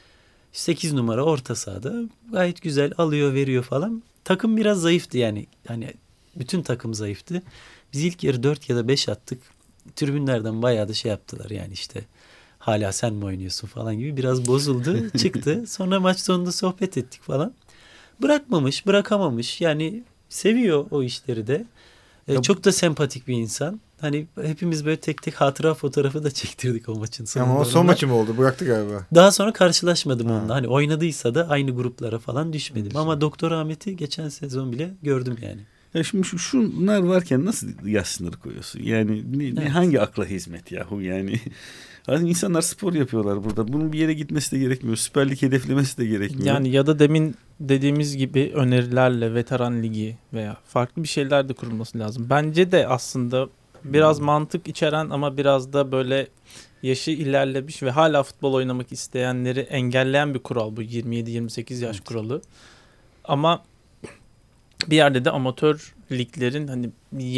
8 numara orta sahada. Gayet güzel alıyor veriyor falan. Takım biraz zayıftı yani. Hani bütün takım zayıftı. Biz ilk yarı 4 ya da 5 attık. Tribünlerden bayağı da şey yaptılar yani işte. Hala sen mi oynuyorsun falan gibi biraz bozuldu. Çıktı. Sonra maç sonunda sohbet ettik falan. Bırakamamış. Yani seviyor o işleri de. Çok da sempatik bir insan. Hani hepimiz böyle tek tek hatıra fotoğrafı da çektirdik o maçın sonunda. Ama o son maçı mı oldu? Bıraktı galiba. Daha sonra karşılaşmadım onunla. Hani oynadıysa da aynı gruplara falan düşmedim. Ama Doktor Ahmet'i geçen sezon bile gördüm yani. Ya şimdi şunlar varken nasıl yaş sınırı koyuyorsun? Yani hangi akla hizmet yahu yani? İnsanlar spor yapıyorlar burada. Bunun bir yere gitmesi de gerekmiyor. Süper Lig hedeflemesi de gerekmiyor. Yani ya da demin dediğimiz gibi önerilerle veteran ligi veya farklı bir şeyler de kurulması lazım. Bence de aslında biraz mantık içeren ama biraz da böyle yaşı ilerlemiş ve hala futbol oynamak isteyenleri engelleyen bir kural bu 27-28 yaş kuralı. Ama bir yerde de amatör liglerin hani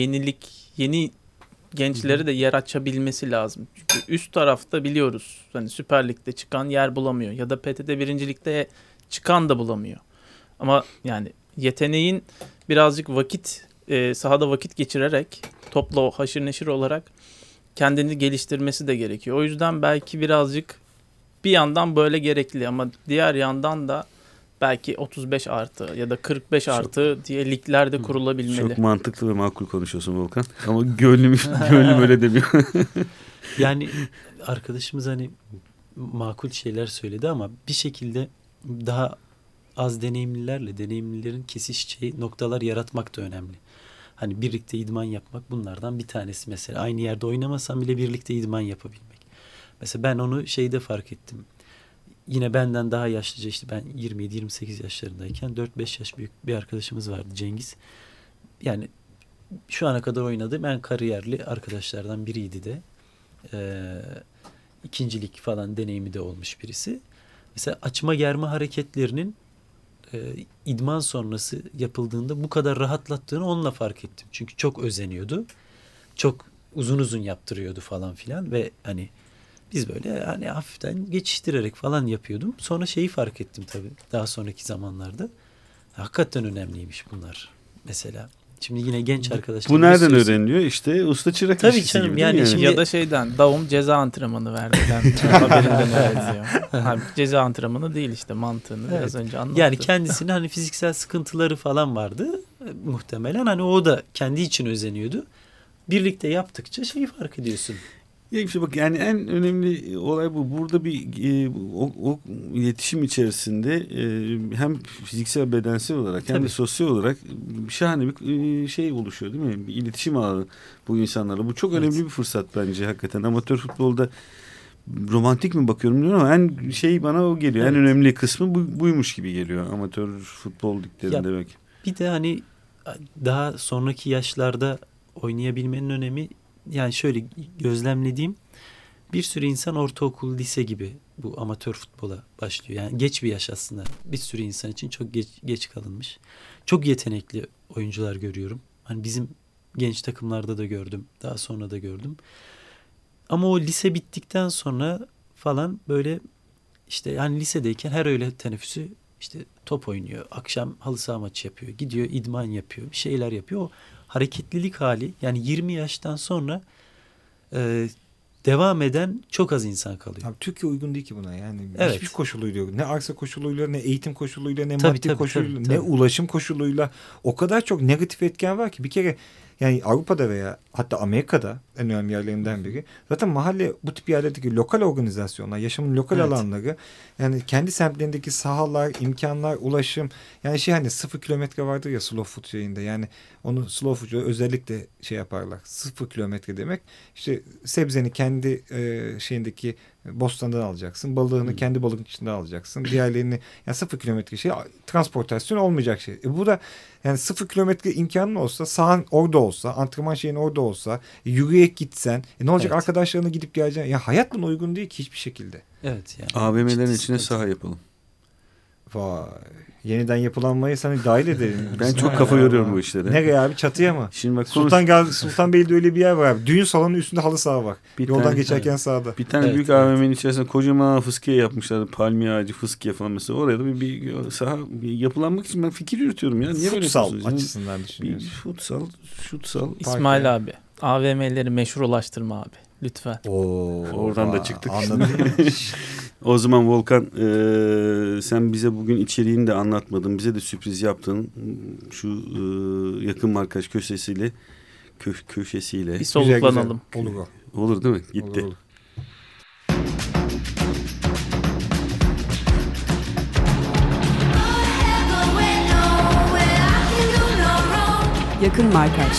yeni gençlere de yer açabilmesi lazım. Çünkü üst tarafta biliyoruz hani Süper Lig'de çıkan yer bulamıyor ya da PTT 1. Lig'de çıkan da bulamıyor. Ama yani yeteneğin birazcık sahada vakit geçirerek topla haşır neşir olarak kendini geliştirmesi de gerekiyor. O yüzden belki birazcık bir yandan böyle gerekli ama diğer yandan da belki 35 artı ya da 45 artı diye liglerde kurulabilmeli. Çok mantıklı ve makul konuşuyorsun Volkan. Ama gönlüm öyle demiyor. Yani arkadaşımız hani makul şeyler söyledi ama bir şekilde daha az deneyimlilerle deneyimlilerin kesişeceği noktalar yaratmak da önemli. Hani birlikte idman yapmak bunlardan bir tanesi mesela. Aynı yerde oynamasam bile birlikte idman yapabilmek. Mesela ben onu fark ettim. Yine benden daha yaşlıca işte ben 27-28 yaşlarındayken 4-5 yaş büyük bir arkadaşımız vardı, Cengiz. Yani şu ana kadar oynadığım en kariyerli arkadaşlardan biriydi de. İkincilik falan deneyimi de olmuş birisi. Mesela açma germe hareketlerinin idman sonrası yapıldığında bu kadar rahatlattığını onunla fark ettim. Çünkü çok özeniyordu. Çok uzun yaptırıyordu falan filan ve hani biz böyle hani hafiften geçiştirerek falan yapıyordum. Sonra fark ettim tabii daha sonraki zamanlarda. Hakikaten önemliymiş bunlar mesela. Şimdi yine genç arkadaşlar. Bu nereden öğreniliyor? İşte usta çırak ilişkisi canım, gibi yani şimdi... Ya da davum ceza antrenmanı verdiler. Haberinden öyle diyor. Ceza antrenmanı değil işte mantığını biraz önce anlattı. Yani kendisinin hani fiziksel sıkıntıları falan vardı. Muhtemelen hani o da kendi için özeniyordu. Birlikte yaptıkça fark ediyorsun. Ya işte bak yani en önemli olay bu. Burada bir o iletişim içerisinde hem fiziksel bedensel olarak hem de sosyal olarak şahane bir oluşuyor değil mi? Bir iletişim ağı bu insanlarla. Bu çok önemli bir fırsat bence hakikaten. Amatör futbolda romantik mi bakıyorum bilmiyorum ama bana o geliyor. En önemli kısmı buymuş gibi geliyor amatör futbol liglerinde demek. Bir de hani daha sonraki yaşlarda oynayabilmenin önemi, yani şöyle gözlemlediğim, bir sürü insan ortaokul, lise gibi bu amatör futbola başlıyor. Yani geç bir yaş aslında. Bir sürü insan için çok geç kalınmış. Çok yetenekli oyuncular görüyorum. Hani bizim genç takımlarda da gördüm. Daha sonra da gördüm. Ama o lise bittikten sonra falan böyle işte yani lisedeyken her öğle teneffüsü işte top oynuyor. Akşam halı saha maçı yapıyor. Gidiyor idman yapıyor. Bir şeyler yapıyor. O hareketlilik hali yani 20 yaştan sonra devam eden çok az insan kalıyor. Abi Türkiye uygun değil ki buna yani. Hiçbir koşuluyla, ne arsa koşuluyla, ne eğitim koşuluyla, ne maddi koşuluyla, ne ulaşım koşuluyla o kadar çok negatif etken var ki bir kere yani Avrupa'da veya hatta Amerika'da en önemli yerlerinden biri. Zaten mahalle bu tip yerlerdeki lokal organizasyonlar, yaşamın lokal alanları, yani kendi semtlerindeki sahalar, imkanlar, ulaşım. Yani hani 0 kilometre vardır ya slow food şeyinde. Yani onu slow food'u özellikle yaparlar. 0 kilometre demek. İşte sebzeni kendi şeyindeki bostandan alacaksın. Balığını kendi balığın içinde alacaksın. Diğerlerini yani 0 kilometre transportasyon olmayacak şey. Bu da yani 0 kilometre imkanın olsa, sahan orada olsa, antrenman şeyin orada olsa, yürüyerek gitsen, ne olacak arkadaşlarına gidip geleceksin. Ya hayatla uygun değil ki hiçbir şekilde. Evet yani. AVM'lerin içine saha yapalım. Vay. Yeniden yapılanmayı sana dahil edelim. Ben çok kafa yoruyorum bu işlere. Nereye abi? Çatıya mı? Şimdi bak Sultanbeyli'de öyle bir yer var abi. Düğün salonunun üstünde halı saha var. Yoldan geçerken sağda. Bir tane büyük AVM'nin içerisinde kocaman fıskiye yapmışlar. Palmiye ağacı, fıskiye falan mesela. Oraya da bir saha yapılanmak için ben fikir yürütüyorum ya. Niye futsal açısından düşünüyorsun? Futsal. İsmail abi, AVM'leri meşrulaştırma abi. Lütfen. Oradan da çıktık. Anladım. O zaman Volkan, sen bize bugün içeriğini de anlatmadın. Bize de sürpriz yaptın. Şu yakın markaj köşesiyle. Bir soluklanalım. Olur değil mi? Gitti. Olur. Yakın markaj.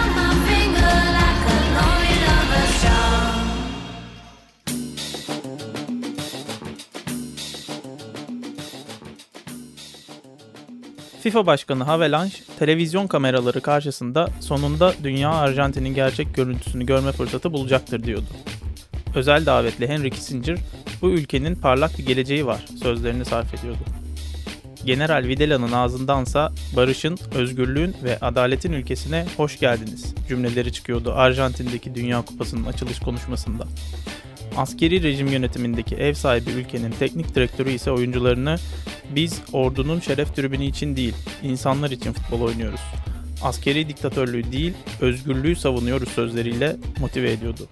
FIFA Başkanı Havelange, televizyon kameraları karşısında sonunda dünya Arjantin'in gerçek görüntüsünü görme fırsatı bulacaktır diyordu. Özel davetli Henry Kissinger, bu ülkenin parlak bir geleceği var sözlerini sarf ediyordu. General Videla'nın ağzındansa barışın, özgürlüğün ve adaletin ülkesine hoş geldiniz cümleleri çıkıyordu Arjantin'deki Dünya Kupası'nın açılış konuşmasında. Askeri rejim yönetimindeki ev sahibi ülkenin teknik direktörü ise oyuncularını "Biz ordunun şeref tribünü için değil, insanlar için futbol oynuyoruz. Askeri diktatörlüğü değil, özgürlüğü savunuyoruz" sözleriyle motive ediyordu.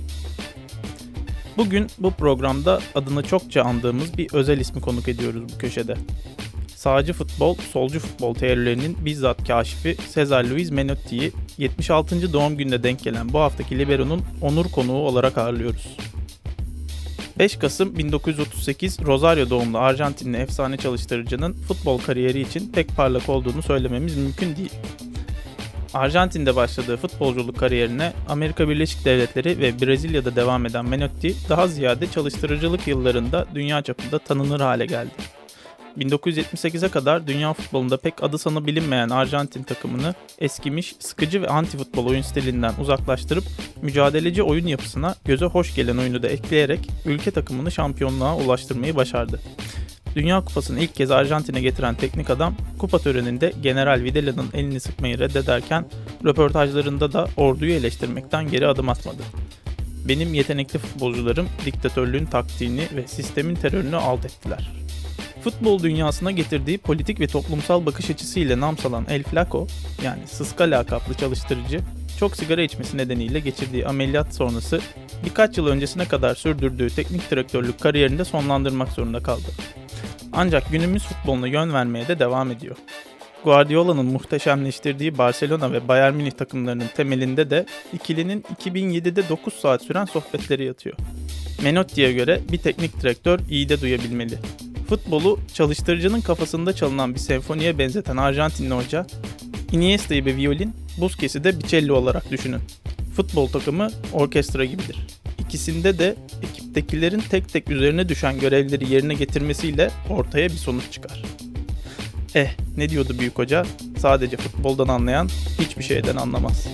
Bugün bu programda adını çokça andığımız bir özel ismi konuk ediyoruz bu köşede. Sağcı futbol, solcu futbol teorilerinin bizzat kaşifi Cesar Luis Menotti'yi 76. doğum gününe denk gelen bu haftaki Libero'nun onur konuğu olarak ağırlıyoruz. 5 Kasım 1938 Rosario doğumlu Arjantinli efsane çalıştırıcının futbol kariyeri için pek parlak olduğunu söylememiz mümkün değil. Arjantin'de başladığı futbolculuk kariyerine Amerika Birleşik Devletleri ve Brezilya'da devam eden Menotti daha ziyade çalıştırıcılık yıllarında dünya çapında tanınır hale geldi. 1978'e kadar dünya futbolunda pek adı sanı bilinmeyen Arjantin takımını eskimiş, sıkıcı ve anti-futbol oyun stilinden uzaklaştırıp mücadeleci oyun yapısına göze hoş gelen oyunu da ekleyerek ülke takımını şampiyonluğa ulaştırmayı başardı. Dünya Kupası'nı ilk kez Arjantin'e getiren teknik adam, kupa töreninde General Videla'nın elini sıkmayı reddederken röportajlarında da orduyu eleştirmekten geri adım atmadı. "Benim yetenekli futbolcularım diktatörlüğün taktiğini ve sistemin terörünü alt ettiler." Futbol dünyasına getirdiği politik ve toplumsal bakış açısıyla nam salan El Flaco, yani Sıska lakaplı çalıştırıcı, çok sigara içmesi nedeniyle geçirdiği ameliyat sonrası birkaç yıl öncesine kadar sürdürdüğü teknik direktörlük kariyerini de sonlandırmak zorunda kaldı. Ancak günümüz futboluna yön vermeye de devam ediyor. Guardiola'nın muhteşemleştirdiği Barcelona ve Bayern Münih takımlarının temelinde de ikilinin 2007'de 9 saat süren sohbetleri yatıyor. Menotti'ye göre bir teknik direktör iyi de duyabilmeli. Futbolu çalıştırıcının kafasında çalınan bir senfoniye benzeten Arjantinli hoca, Iniesta'yı bir violin, Busquets'i de bir cello olarak düşünün. Futbol takımı orkestra gibidir. İkisinde de ekiptekilerin tek tek üzerine düşen görevleri yerine getirmesiyle ortaya bir sonuç çıkar. Ne diyordu büyük hoca? Sadece futboldan anlayan hiçbir şeyden anlamaz.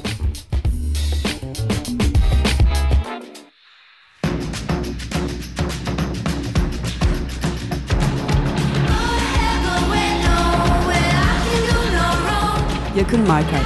Yakın markaj.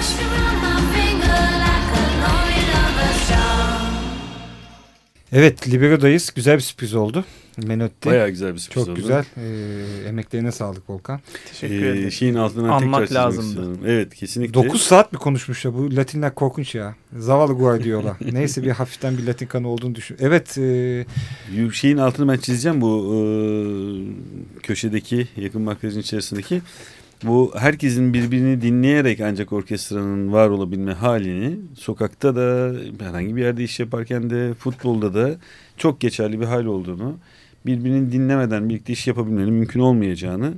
Evet, Libero'dayız. Güzel bir sürpriz oldu. Menotti. Bayağı güzel bir sürpriz oldu. oldu. Çok güzel. Emeklerine sağlık Volkan. Teşekkür ederim. Şeyin altından Anmak tekrar lazımdı. istiyorum. Evet, kesinlikle. 9 saat mi konuşmuş ya? Bu Latinler korkunç ya. Zavallı Guardiola. Neyse, bir hafiften bir Latin kanı olduğunu düşün. Evet. Şeyin altını ben çizeceğim, bu köşedeki yakın markajın içerisindeki. Bu herkesin birbirini dinleyerek ancak orkestranın var olabilme halini sokakta da herhangi bir yerde iş yaparken de futbolda da çok geçerli bir hal olduğunu, birbirini dinlemeden birlikte iş yapabilmenin mümkün olmayacağını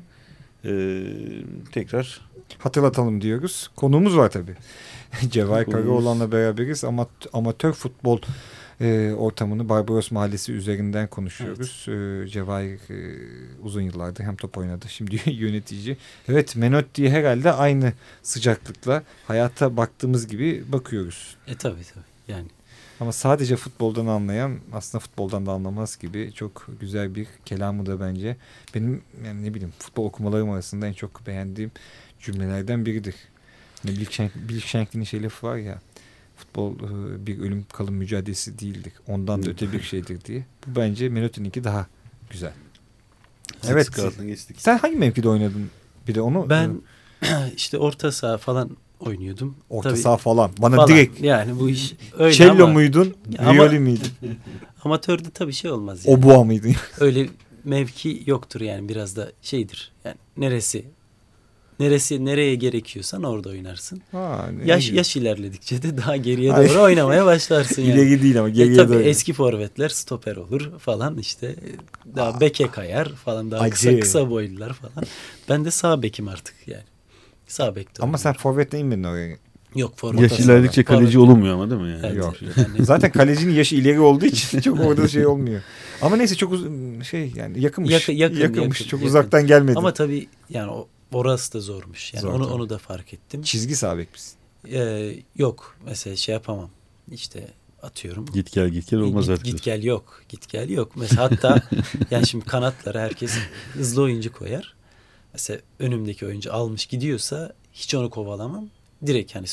tekrar hatırlatalım diyoruz. Konuğumuz var tabii. Cevahir Karaoğlan'la beraberiz. Amatör futbol ortamını Barbaros Mahallesi üzerinden konuşuyoruz. Evet. Cevahir uzun yıllardır hem top oynadı, şimdi yönetici. Evet, Menotti herhalde aynı sıcaklıkla hayata baktığımız gibi bakıyoruz. Tabii yani. Ama sadece futboldan anlayan aslında futboldan da anlamaz gibi çok güzel bir kelamı da bence. Benim yani ne bileyim futbol okumalarım arasında en çok beğendiğim cümlelerden biridir. Bill Shankly'nin şey lafı var ya, futbol bir ölüm kalım mücadelesi değildir. Ondan da öte bir şeydir diye. Bu bence Menotti'ninki daha güzel. Evet. Sen hangi mevkide oynadın? Bir de onu. Ben işte orta saha falan oynuyordum. Orta saha falan. Bana direkt. Yani bu iş öyle Cello muydun? Violi miydin? Amatörde tabii şey olmaz yani. Oboa mıydın? Öyle mevki yoktur yani, biraz da şeydir. Yani nereye gerekiyorsan orada oynarsın. Yaş ilerledikçe de daha geriye doğru oynamaya başlarsın yani. İleri değil ama geriye tabii doğru. Eski forvetler stoper olur falan, işte daha beke kayar falan, daha kısa boylular falan. Ben de sağ bekim artık yani. Sağ bekte. Ama sen forvetle inmedin oraya. Yok, forvet. Yaş ilerledikçe kaleci olunmuyor ama değil mi yani? Evet, yok. Yani. Zaten kalecinin yaşı ileri olduğu için çok orada şey olmuyor. Ama neyse çok yani yakınmış. Yakınmış. Çok uzaktan gelmedi. Ama tabii yani orası da zormuş. Yani zor, onu da fark ettim. Çizgi sağ bek misin? Yok. Mesela şey yapamam. İşte atıyorum. Git gel olmaz artık. Git gel yok. Mesela hatta yani şimdi kanatlara herkes hızlı oyuncu koyar. Mesela önümdeki oyuncu almış gidiyorsa hiç onu kovalamam. Direkt yani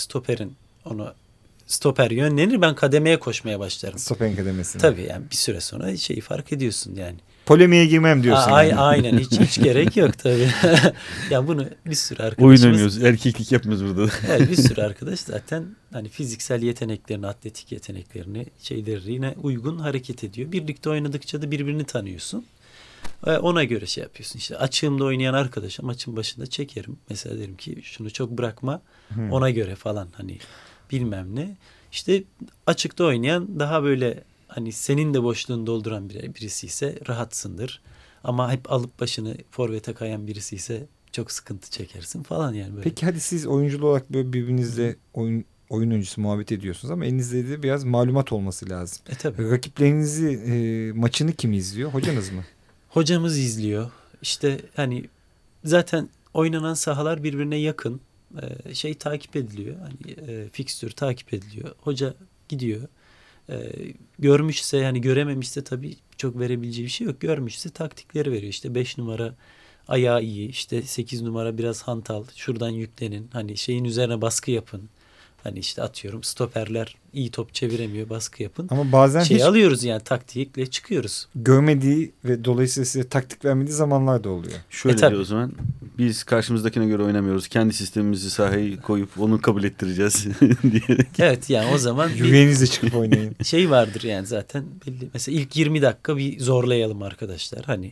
stoper yönlenir, ben kademeye koşmaya başlarım. Stoperin kademesine. Tabii yani bir süre sonra şeyi fark ediyorsun yani. Polemiğe girmem diyorsun. Aynen hiç gerek yok tabii. Ya bunu bir sürü arkadaşımız. Oyun oynuyoruz, erkeklik yapmıyoruz burada. Evet, bir sürü arkadaş zaten hani fiziksel yeteneklerini, atletik yeteneklerini, şeylerine uygun hareket ediyor. Birlikte oynadıkça da birbirini tanıyorsun. Ona göre şey yapıyorsun. İşte açığımda oynayan arkadaşa maçın başında çekerim. Mesela derim ki şunu çok bırakma, ona göre falan, hani bilmem ne. İşte açıkta oynayan daha böyle hani senin de boşluğunu dolduran birisi ise rahatsındır. Ama hep alıp başını forvete kayan birisi ise çok sıkıntı çekersin falan yani böyle. Peki hadi siz oyunculu olarak böyle birbirinizle oyun öncesi muhabbet ediyorsunuz ama elinizde de biraz malumat olması lazım. Tabii. Rakiplerinizi maçını kim izliyor? Hocanız mı? Hocamız izliyor. İşte hani zaten oynanan sahalar birbirine yakın. Takip ediliyor. Hani fikstür takip ediliyor. Hoca gidiyor. Görmüşse, hani görememişse tabii çok verebileceği bir şey yok. Görmüşse taktikleri veriyor. İşte 5 numara ayağı iyi. İşte 8 numara biraz hantal. Şuradan yüklenin. Hani şeyin üzerine baskı yapın. Hani işte atıyorum stoperler iyi top çeviremiyor, baskı yapın. Ama bazen alıyoruz yani, taktikle çıkıyoruz. Görmediği ve dolayısıyla size taktik vermediği zamanlar da oluyor. Şöyle diyor o zaman. Biz karşımızdakine göre oynamıyoruz. Kendi sistemimizi sahaya koyup onu kabul ettireceğiz diyerek. Evet yani o zaman yüreğinizle çıkıp oynayın. Şey vardır yani zaten belli. Mesela ilk 20 dakika bir zorlayalım arkadaşlar. Hani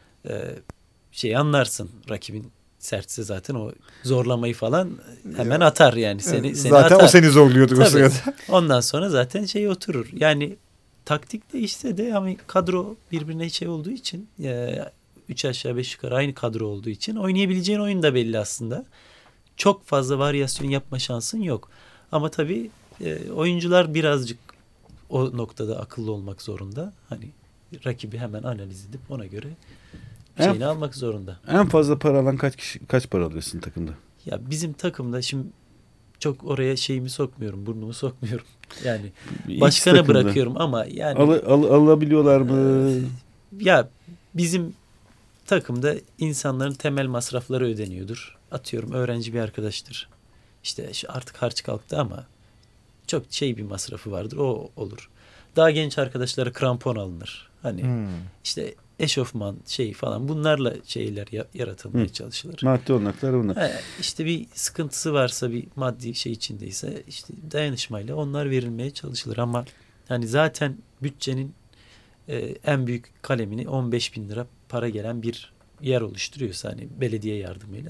anlarsın, rakibin sertse zaten o zorlamayı falan hemen atar yani, seni zaten atar. O seni zorluyordu o sırada. Ondan sonra zaten oturur. Yani taktik değişse de ama kadro birbirine olduğu için 3 aşağı 5 yukarı aynı kadro olduğu için oynayabileceğin oyun da belli aslında. Çok fazla varyasyon yapma şansın yok. Ama tabii oyuncular birazcık o noktada akıllı olmak zorunda. Hani rakibi hemen analiz edip ona göre şeyini almak zorunda. En fazla para alan kaç para alıyorsun takımda? Ya bizim takımda şimdi çok oraya burnumu sokmuyorum. Yani başkana bırakıyorum ama yani alabiliyorlar mı? Ya bizim takımda insanların temel masrafları ödeniyordur. Atıyorum öğrenci bir arkadaştır. İşte artık harç kalktı ama çok bir masrafı vardır. O olur. Daha genç arkadaşlara krampon alınır. Hani işte eşofman falan, bunlarla şeyler yaratılmaya çalışılır. Maddi olanaklar bunlar. İşte bir sıkıntısı varsa, bir maddi içindeyse işte dayanışmayla onlar verilmeye çalışılır. Ama hani zaten bütçenin en büyük kalemini 15.000 lira para gelen bir yer oluşturuyorsa, hani belediye yardımıyla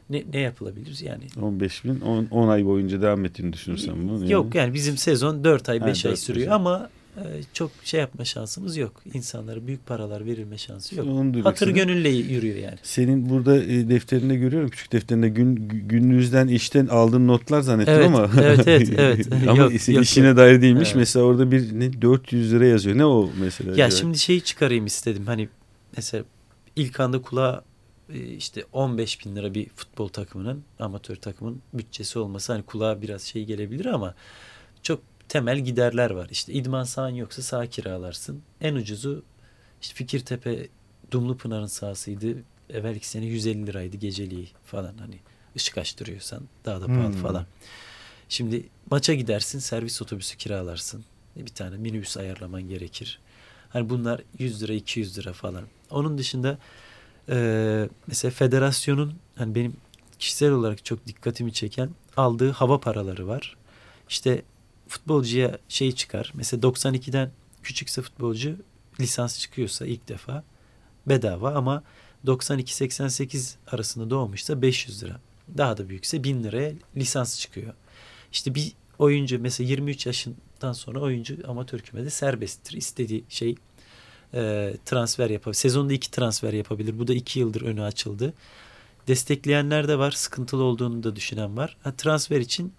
ne yapılabilir yani? 15.000 10 ay boyunca devam ettiğini düşünürsen bunu. Yok yani bizim sezon 4 ay 5 ay sürüyor sezon. Ama çok şey yapma şansımız yok. İnsanlara büyük paralar verilme şansı yok. Onu Hatır gönülle yürüyor yani. Senin burada defterinde görüyorum, küçük defterinde gününüzden işten aldığın notlar zannettim Evet, ama. evet. Ama Yok, işine dair değilmiş. Evet. Mesela orada 400 lira yazıyor. Ne o mesela? Ya şimdi şeyi çıkarayım istedim. Hani mesela ilk anda kulağa işte 15.000 lira bir futbol takımının, amatör takımın bütçesi olması hani kulağa biraz şey gelebilir ama çok temel giderler var. İşte idman sahan yoksa saha kiralarsın. En ucuzu işte Fikirtepe Dumlupınar'ın sahasıydı. Evvelki sene 150 liraydı geceliği falan, hani ışık açtırıyorsan daha da pahalı falan. Şimdi maça gidersin, servis otobüsü kiralarsın. Bir tane minibüs ayarlaman gerekir. Hani bunlar 100 lira 200 lira falan. Onun dışında mesela federasyonun hani benim kişisel olarak çok dikkatimi çeken aldığı hava paraları var. İşte futbolcuya şey çıkar. Mesela 92'den küçükse futbolcu lisans çıkıyorsa ilk defa bedava ama 92-88 arasında doğmuşsa 500 lira. Daha da büyükse 1000 liraya lisans çıkıyor. İşte bir oyuncu mesela 23 yaşından sonra oyuncu amatör kümede serbesttir. İstediği şey transfer yapabilir. Sezonda 2 transfer yapabilir. Bu da 2 yıldır önü açıldı. Destekleyenler de var. Sıkıntılı olduğunu da düşünen var. Transfer için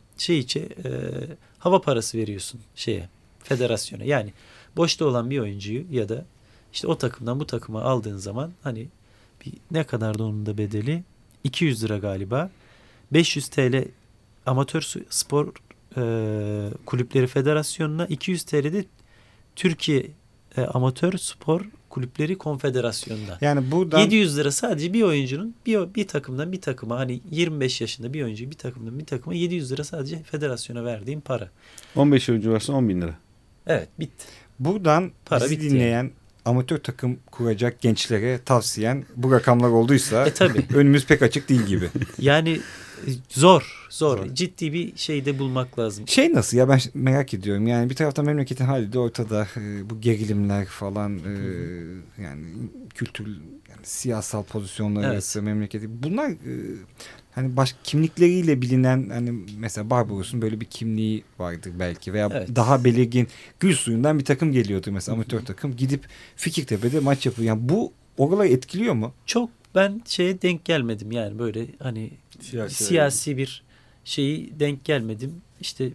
hava parası veriyorsun federasyona. Yani boşta olan bir oyuncuyu ya da işte o takımdan bu takıma aldığın zaman hani ne kadar da onun da bedeli 200 lira galiba. 500 TL Amatör Spor Kulüpleri Federasyonu'na, 200 TL de Türkiye Amatör Spor Kulüpleri Konfederasyonu'na. Yani buradan 700 lira sadece bir oyuncunun bir takımdan bir takıma, hani 25 yaşında bir oyuncu bir takımdan bir takıma 700 lira sadece federasyona verdiğim para. 15 oyuncu varsa 10.000 lira. Evet, bitti. Buradan para bizi bitti dinleyen yani. Amatör takım kuracak gençlere tavsiyen bu rakamlar olduysa tabii. önümüz pek açık değil gibi. Yani zor. Ciddi bir şeyde bulmak lazım. Nasıl ya, ben merak ediyorum. Yani bir taraftan memleketin hali de ortada. Bu gerilimler falan yani kültür, yani siyasal pozisyonlar arası memleketi. Bunlar hani kimlikleriyle bilinen, hani mesela Barbaros'un böyle bir kimliği vardır belki veya daha belirgin Gülsuyu'ndan bir takım geliyordu mesela, amatör takım gidip Fikirtepe'de maç yapıyor. Yani bu oraları etkiliyor mu? Çok ben denk gelmedim yani, böyle hani siyasi bir şeyi denk gelmedim. İşte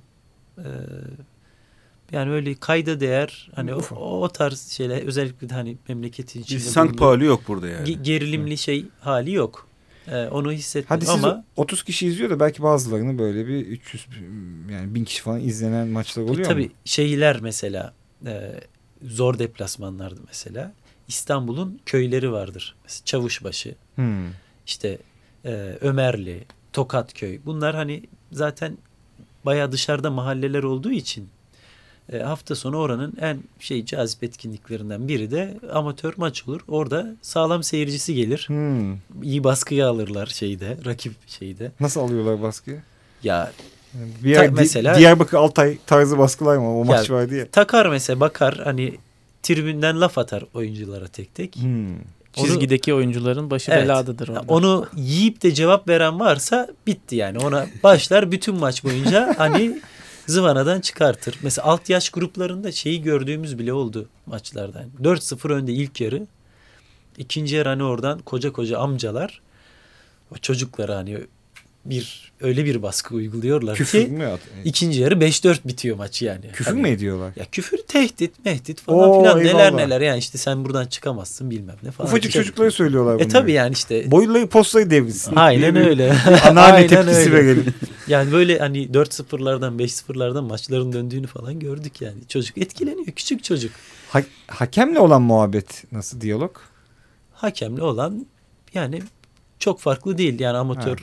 yani öyle kayda değer hani o tarz şeyler, özellikle de hani memleketin içinde Sankt Pauli yok burada yani. Gerilimli hali yok. Onu hissettim. Hadi ama siz 30 kişi izliyor da belki bazılarını böyle bir 300 yani 1000 kişi falan izlenen maçlar oluyor mu? Tabii şeyler mesela zor deplasmanlardı mesela. İstanbul'un köyleri vardır. Mesela Çavuşbaşı, işte Ömerli, Tokatköy. Bunlar hani zaten bayağı dışarıda mahalleler olduğu için hafta sonu oranın en cazip etkinliklerinden biri de amatör maç olur. Orada sağlam seyircisi gelir. İyi baskıya alırlar rakip şeyde. Nasıl alıyorlar baskıyı? Ya bir yer, mesela Diyarbakır Altay tarzı baskılar mı? O maç var diye. Takar mesela, bakar hani tribünden laf atar oyunculara tek tek. Çizgideki oyuncuların başı beladadır orada. Onu yiyip de cevap veren varsa bitti yani. Ona başlar bütün maç boyunca hani zıvanadan çıkartır. Mesela alt yaş gruplarında gördüğümüz bile oldu maçlarda. Yani 4-0 önde ilk yarı. İkinci yarı hani oradan koca amcalar o çocuklara hani öyle bir baskı uyguluyorlar küfür ki mü ikinci yarı 5-4 bitiyor maç yani. Küfür mü ediyorlar? Ya küfür, tehdit falan filan, neler yani, işte sen buradan çıkamazsın bilmem ne falan. Ufacık çocuklara söylüyorlar bunları. Tabii yani işte. Boyları postayı devrilsin. Aynen öyle. Anneanne tepkisi verelim. Yani böyle hani 4-0'lardan 5-0'lardan maçların döndüğünü falan gördük yani. Çocuk etkileniyor, küçük çocuk. Hakemle olan muhabbet nasıl, diyalog? Hakemle olan yani çok farklı değil. Yani amatör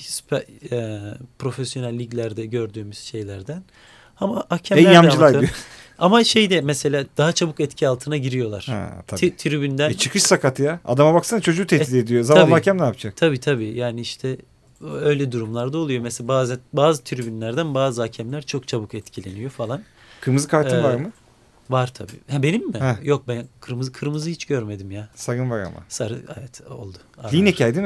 profesyonel liglerde gördüğümüz şeylerden. Ama hakemler de amatör. Ama mesela daha çabuk etki altına giriyorlar. Tribünden. Çıkış sakat ya. Adama baksana, çocuğu tehdit ediyor. Zavallı hakem ne yapacak? Tabii. Yani işte öyle durumlarda oluyor. Mesela bazı tribünlerden bazı hakemler çok çabuk etkileniyor falan. Kırmızı kartın var mı? Var tabii. Benim mi? Yok, ben kırmızı hiç görmedim ya. Sarın var ama. Sarı evet oldu. Linekay değil mi?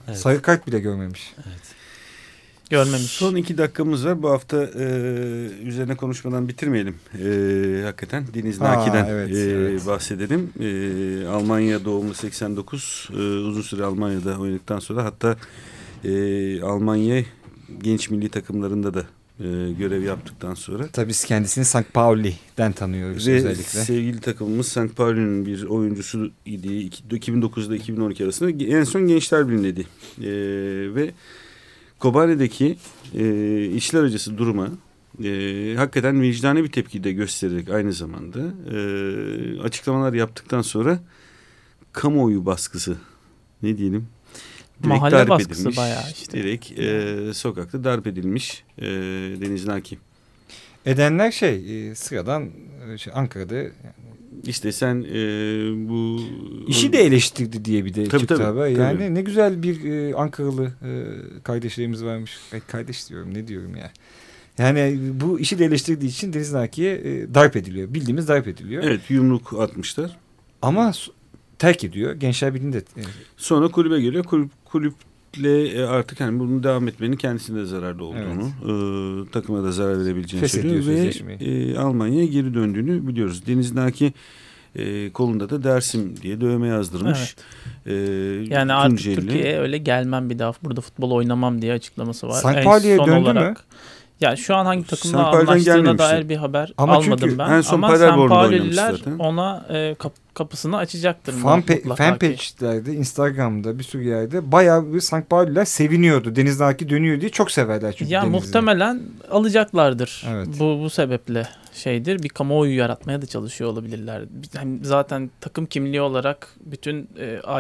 Evet. Sarı kart bile görmemiş. Evet. Görmemiş. Son 2 dakikamız var. Bu hafta üzerine konuşmadan bitirmeyelim. Hakikaten Deniz Naki'den bahsedelim. Almanya doğumlu 89. Uzun süre Almanya'da oynadıktan sonra hatta Almanya genç milli takımlarında da görev yaptıktan sonra. Tabii biz kendisini St. Pauli'den tanıyoruz özellikle. Sevgili takımımız St. Pauli'nin bir oyuncusu idi. 2009'da 2012 arasında en son Gençler Birliği'ndeydi. Ve Kobane'deki içler acısı duruma hakikaten vicdani bir tepki de göstererek aynı zamanda açıklamalar yaptıktan sonra kamuoyu baskısı ne diyelim? Direkt mahalle baskısı edilmiş, bayağı işte. Direkt sokakta darp edilmiş Deniz Naki. Edenler sıradan Ankara'da. Yani. İşte sen bu... işi de eleştirdi diye bir de çıktı haber. Yani tabii. Ne güzel bir Ankaralı kardeşlerimiz varmış. Kardeş diyorum, ne diyorum ya. Yani bu işi de eleştirdiği için Deniz Naki'ye darp ediliyor. Bildiğimiz darp ediliyor. Evet, yumruk atmışlar. Ama terk ediyor. Gençler Birliği'nde. Sonra kulübe geliyor. Kulüple artık hani bunun devam etmenin kendisine de zararlı olduğunu, takıma da zarar verebileceğini söylüyor ve Almanya'ya geri döndüğünü biliyoruz. Deniz Naki kolunda da Dersim diye dövme yazdırmış. Evet. Yani artık Türkiye'ye öyle gelmem bir daha, burada futbol oynamam diye açıklaması var. St. Pauli'ye döndü mü? Yani şu an hangi takımla anlaştığına dair bir haber almadım ben. Ama St. Pauli'liler ona kapısını açacaktır. Fanpage'lerde, Instagram'da bir sürü yerde bayağı bir St. Pauli'liler seviniyordu. Deniz Naki dönüyor diye çok severler çünkü. Ya muhtemelen alacaklardır. Evet. Bu sebeple şeydir. Bir kamuoyu yaratmaya da çalışıyor olabilirler. Yani zaten takım kimliği olarak bütün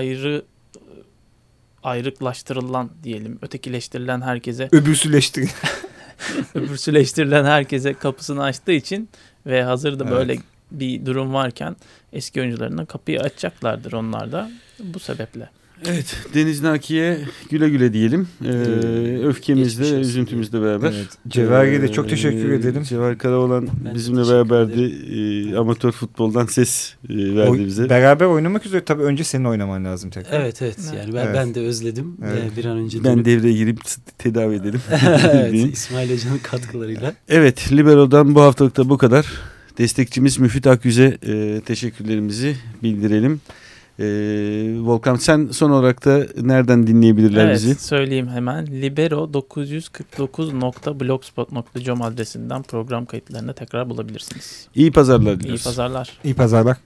ayrıklaştırılan diyelim, ötekileştirilen herkese öbürsüleştirilen herkese kapısını açtığı için ve hazırda böyle bir durum varken eski oyuncularına kapıyı açacaklardır onlar da bu sebeple. Evet, Deniz Naki'ye güle güle diyelim. Öfkemizle, üzüntümüzle beraber. Evet. Cevher'e de çok teşekkür edelim. Cevher Karaoğlan bizimle beraberdi. Amatör futboldan ses verdi bize. Beraber oynamak üzere tabii önce senin oynaman lazım tekrar. Evet. Yani ben de özledim. Bir an önce ben devreye girip tedavi edelim. Evet, İsmail Hoca'nın katkılarıyla. Evet, Libero'dan bu haftalık da bu kadar. Destekçimiz Müfit Akyüz'e teşekkürlerimizi bildirelim. Volkan, sen son olarak da nereden dinleyebilirler bizi? Evet, söyleyeyim hemen. libero949.blogspot.com adresinden program kayıtlarını tekrar bulabilirsiniz. İyi pazarlar diliyoruz. İyi pazarlar. İyi pazarlar.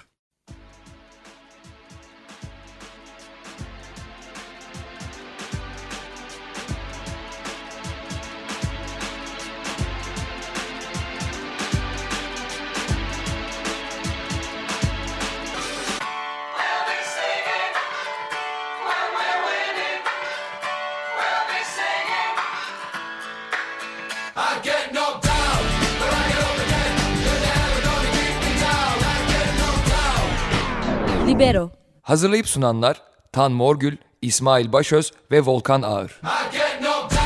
Libero. Hazırlayıp sunanlar Tan Morgül, İsmail Başöz ve Volkan Ağır.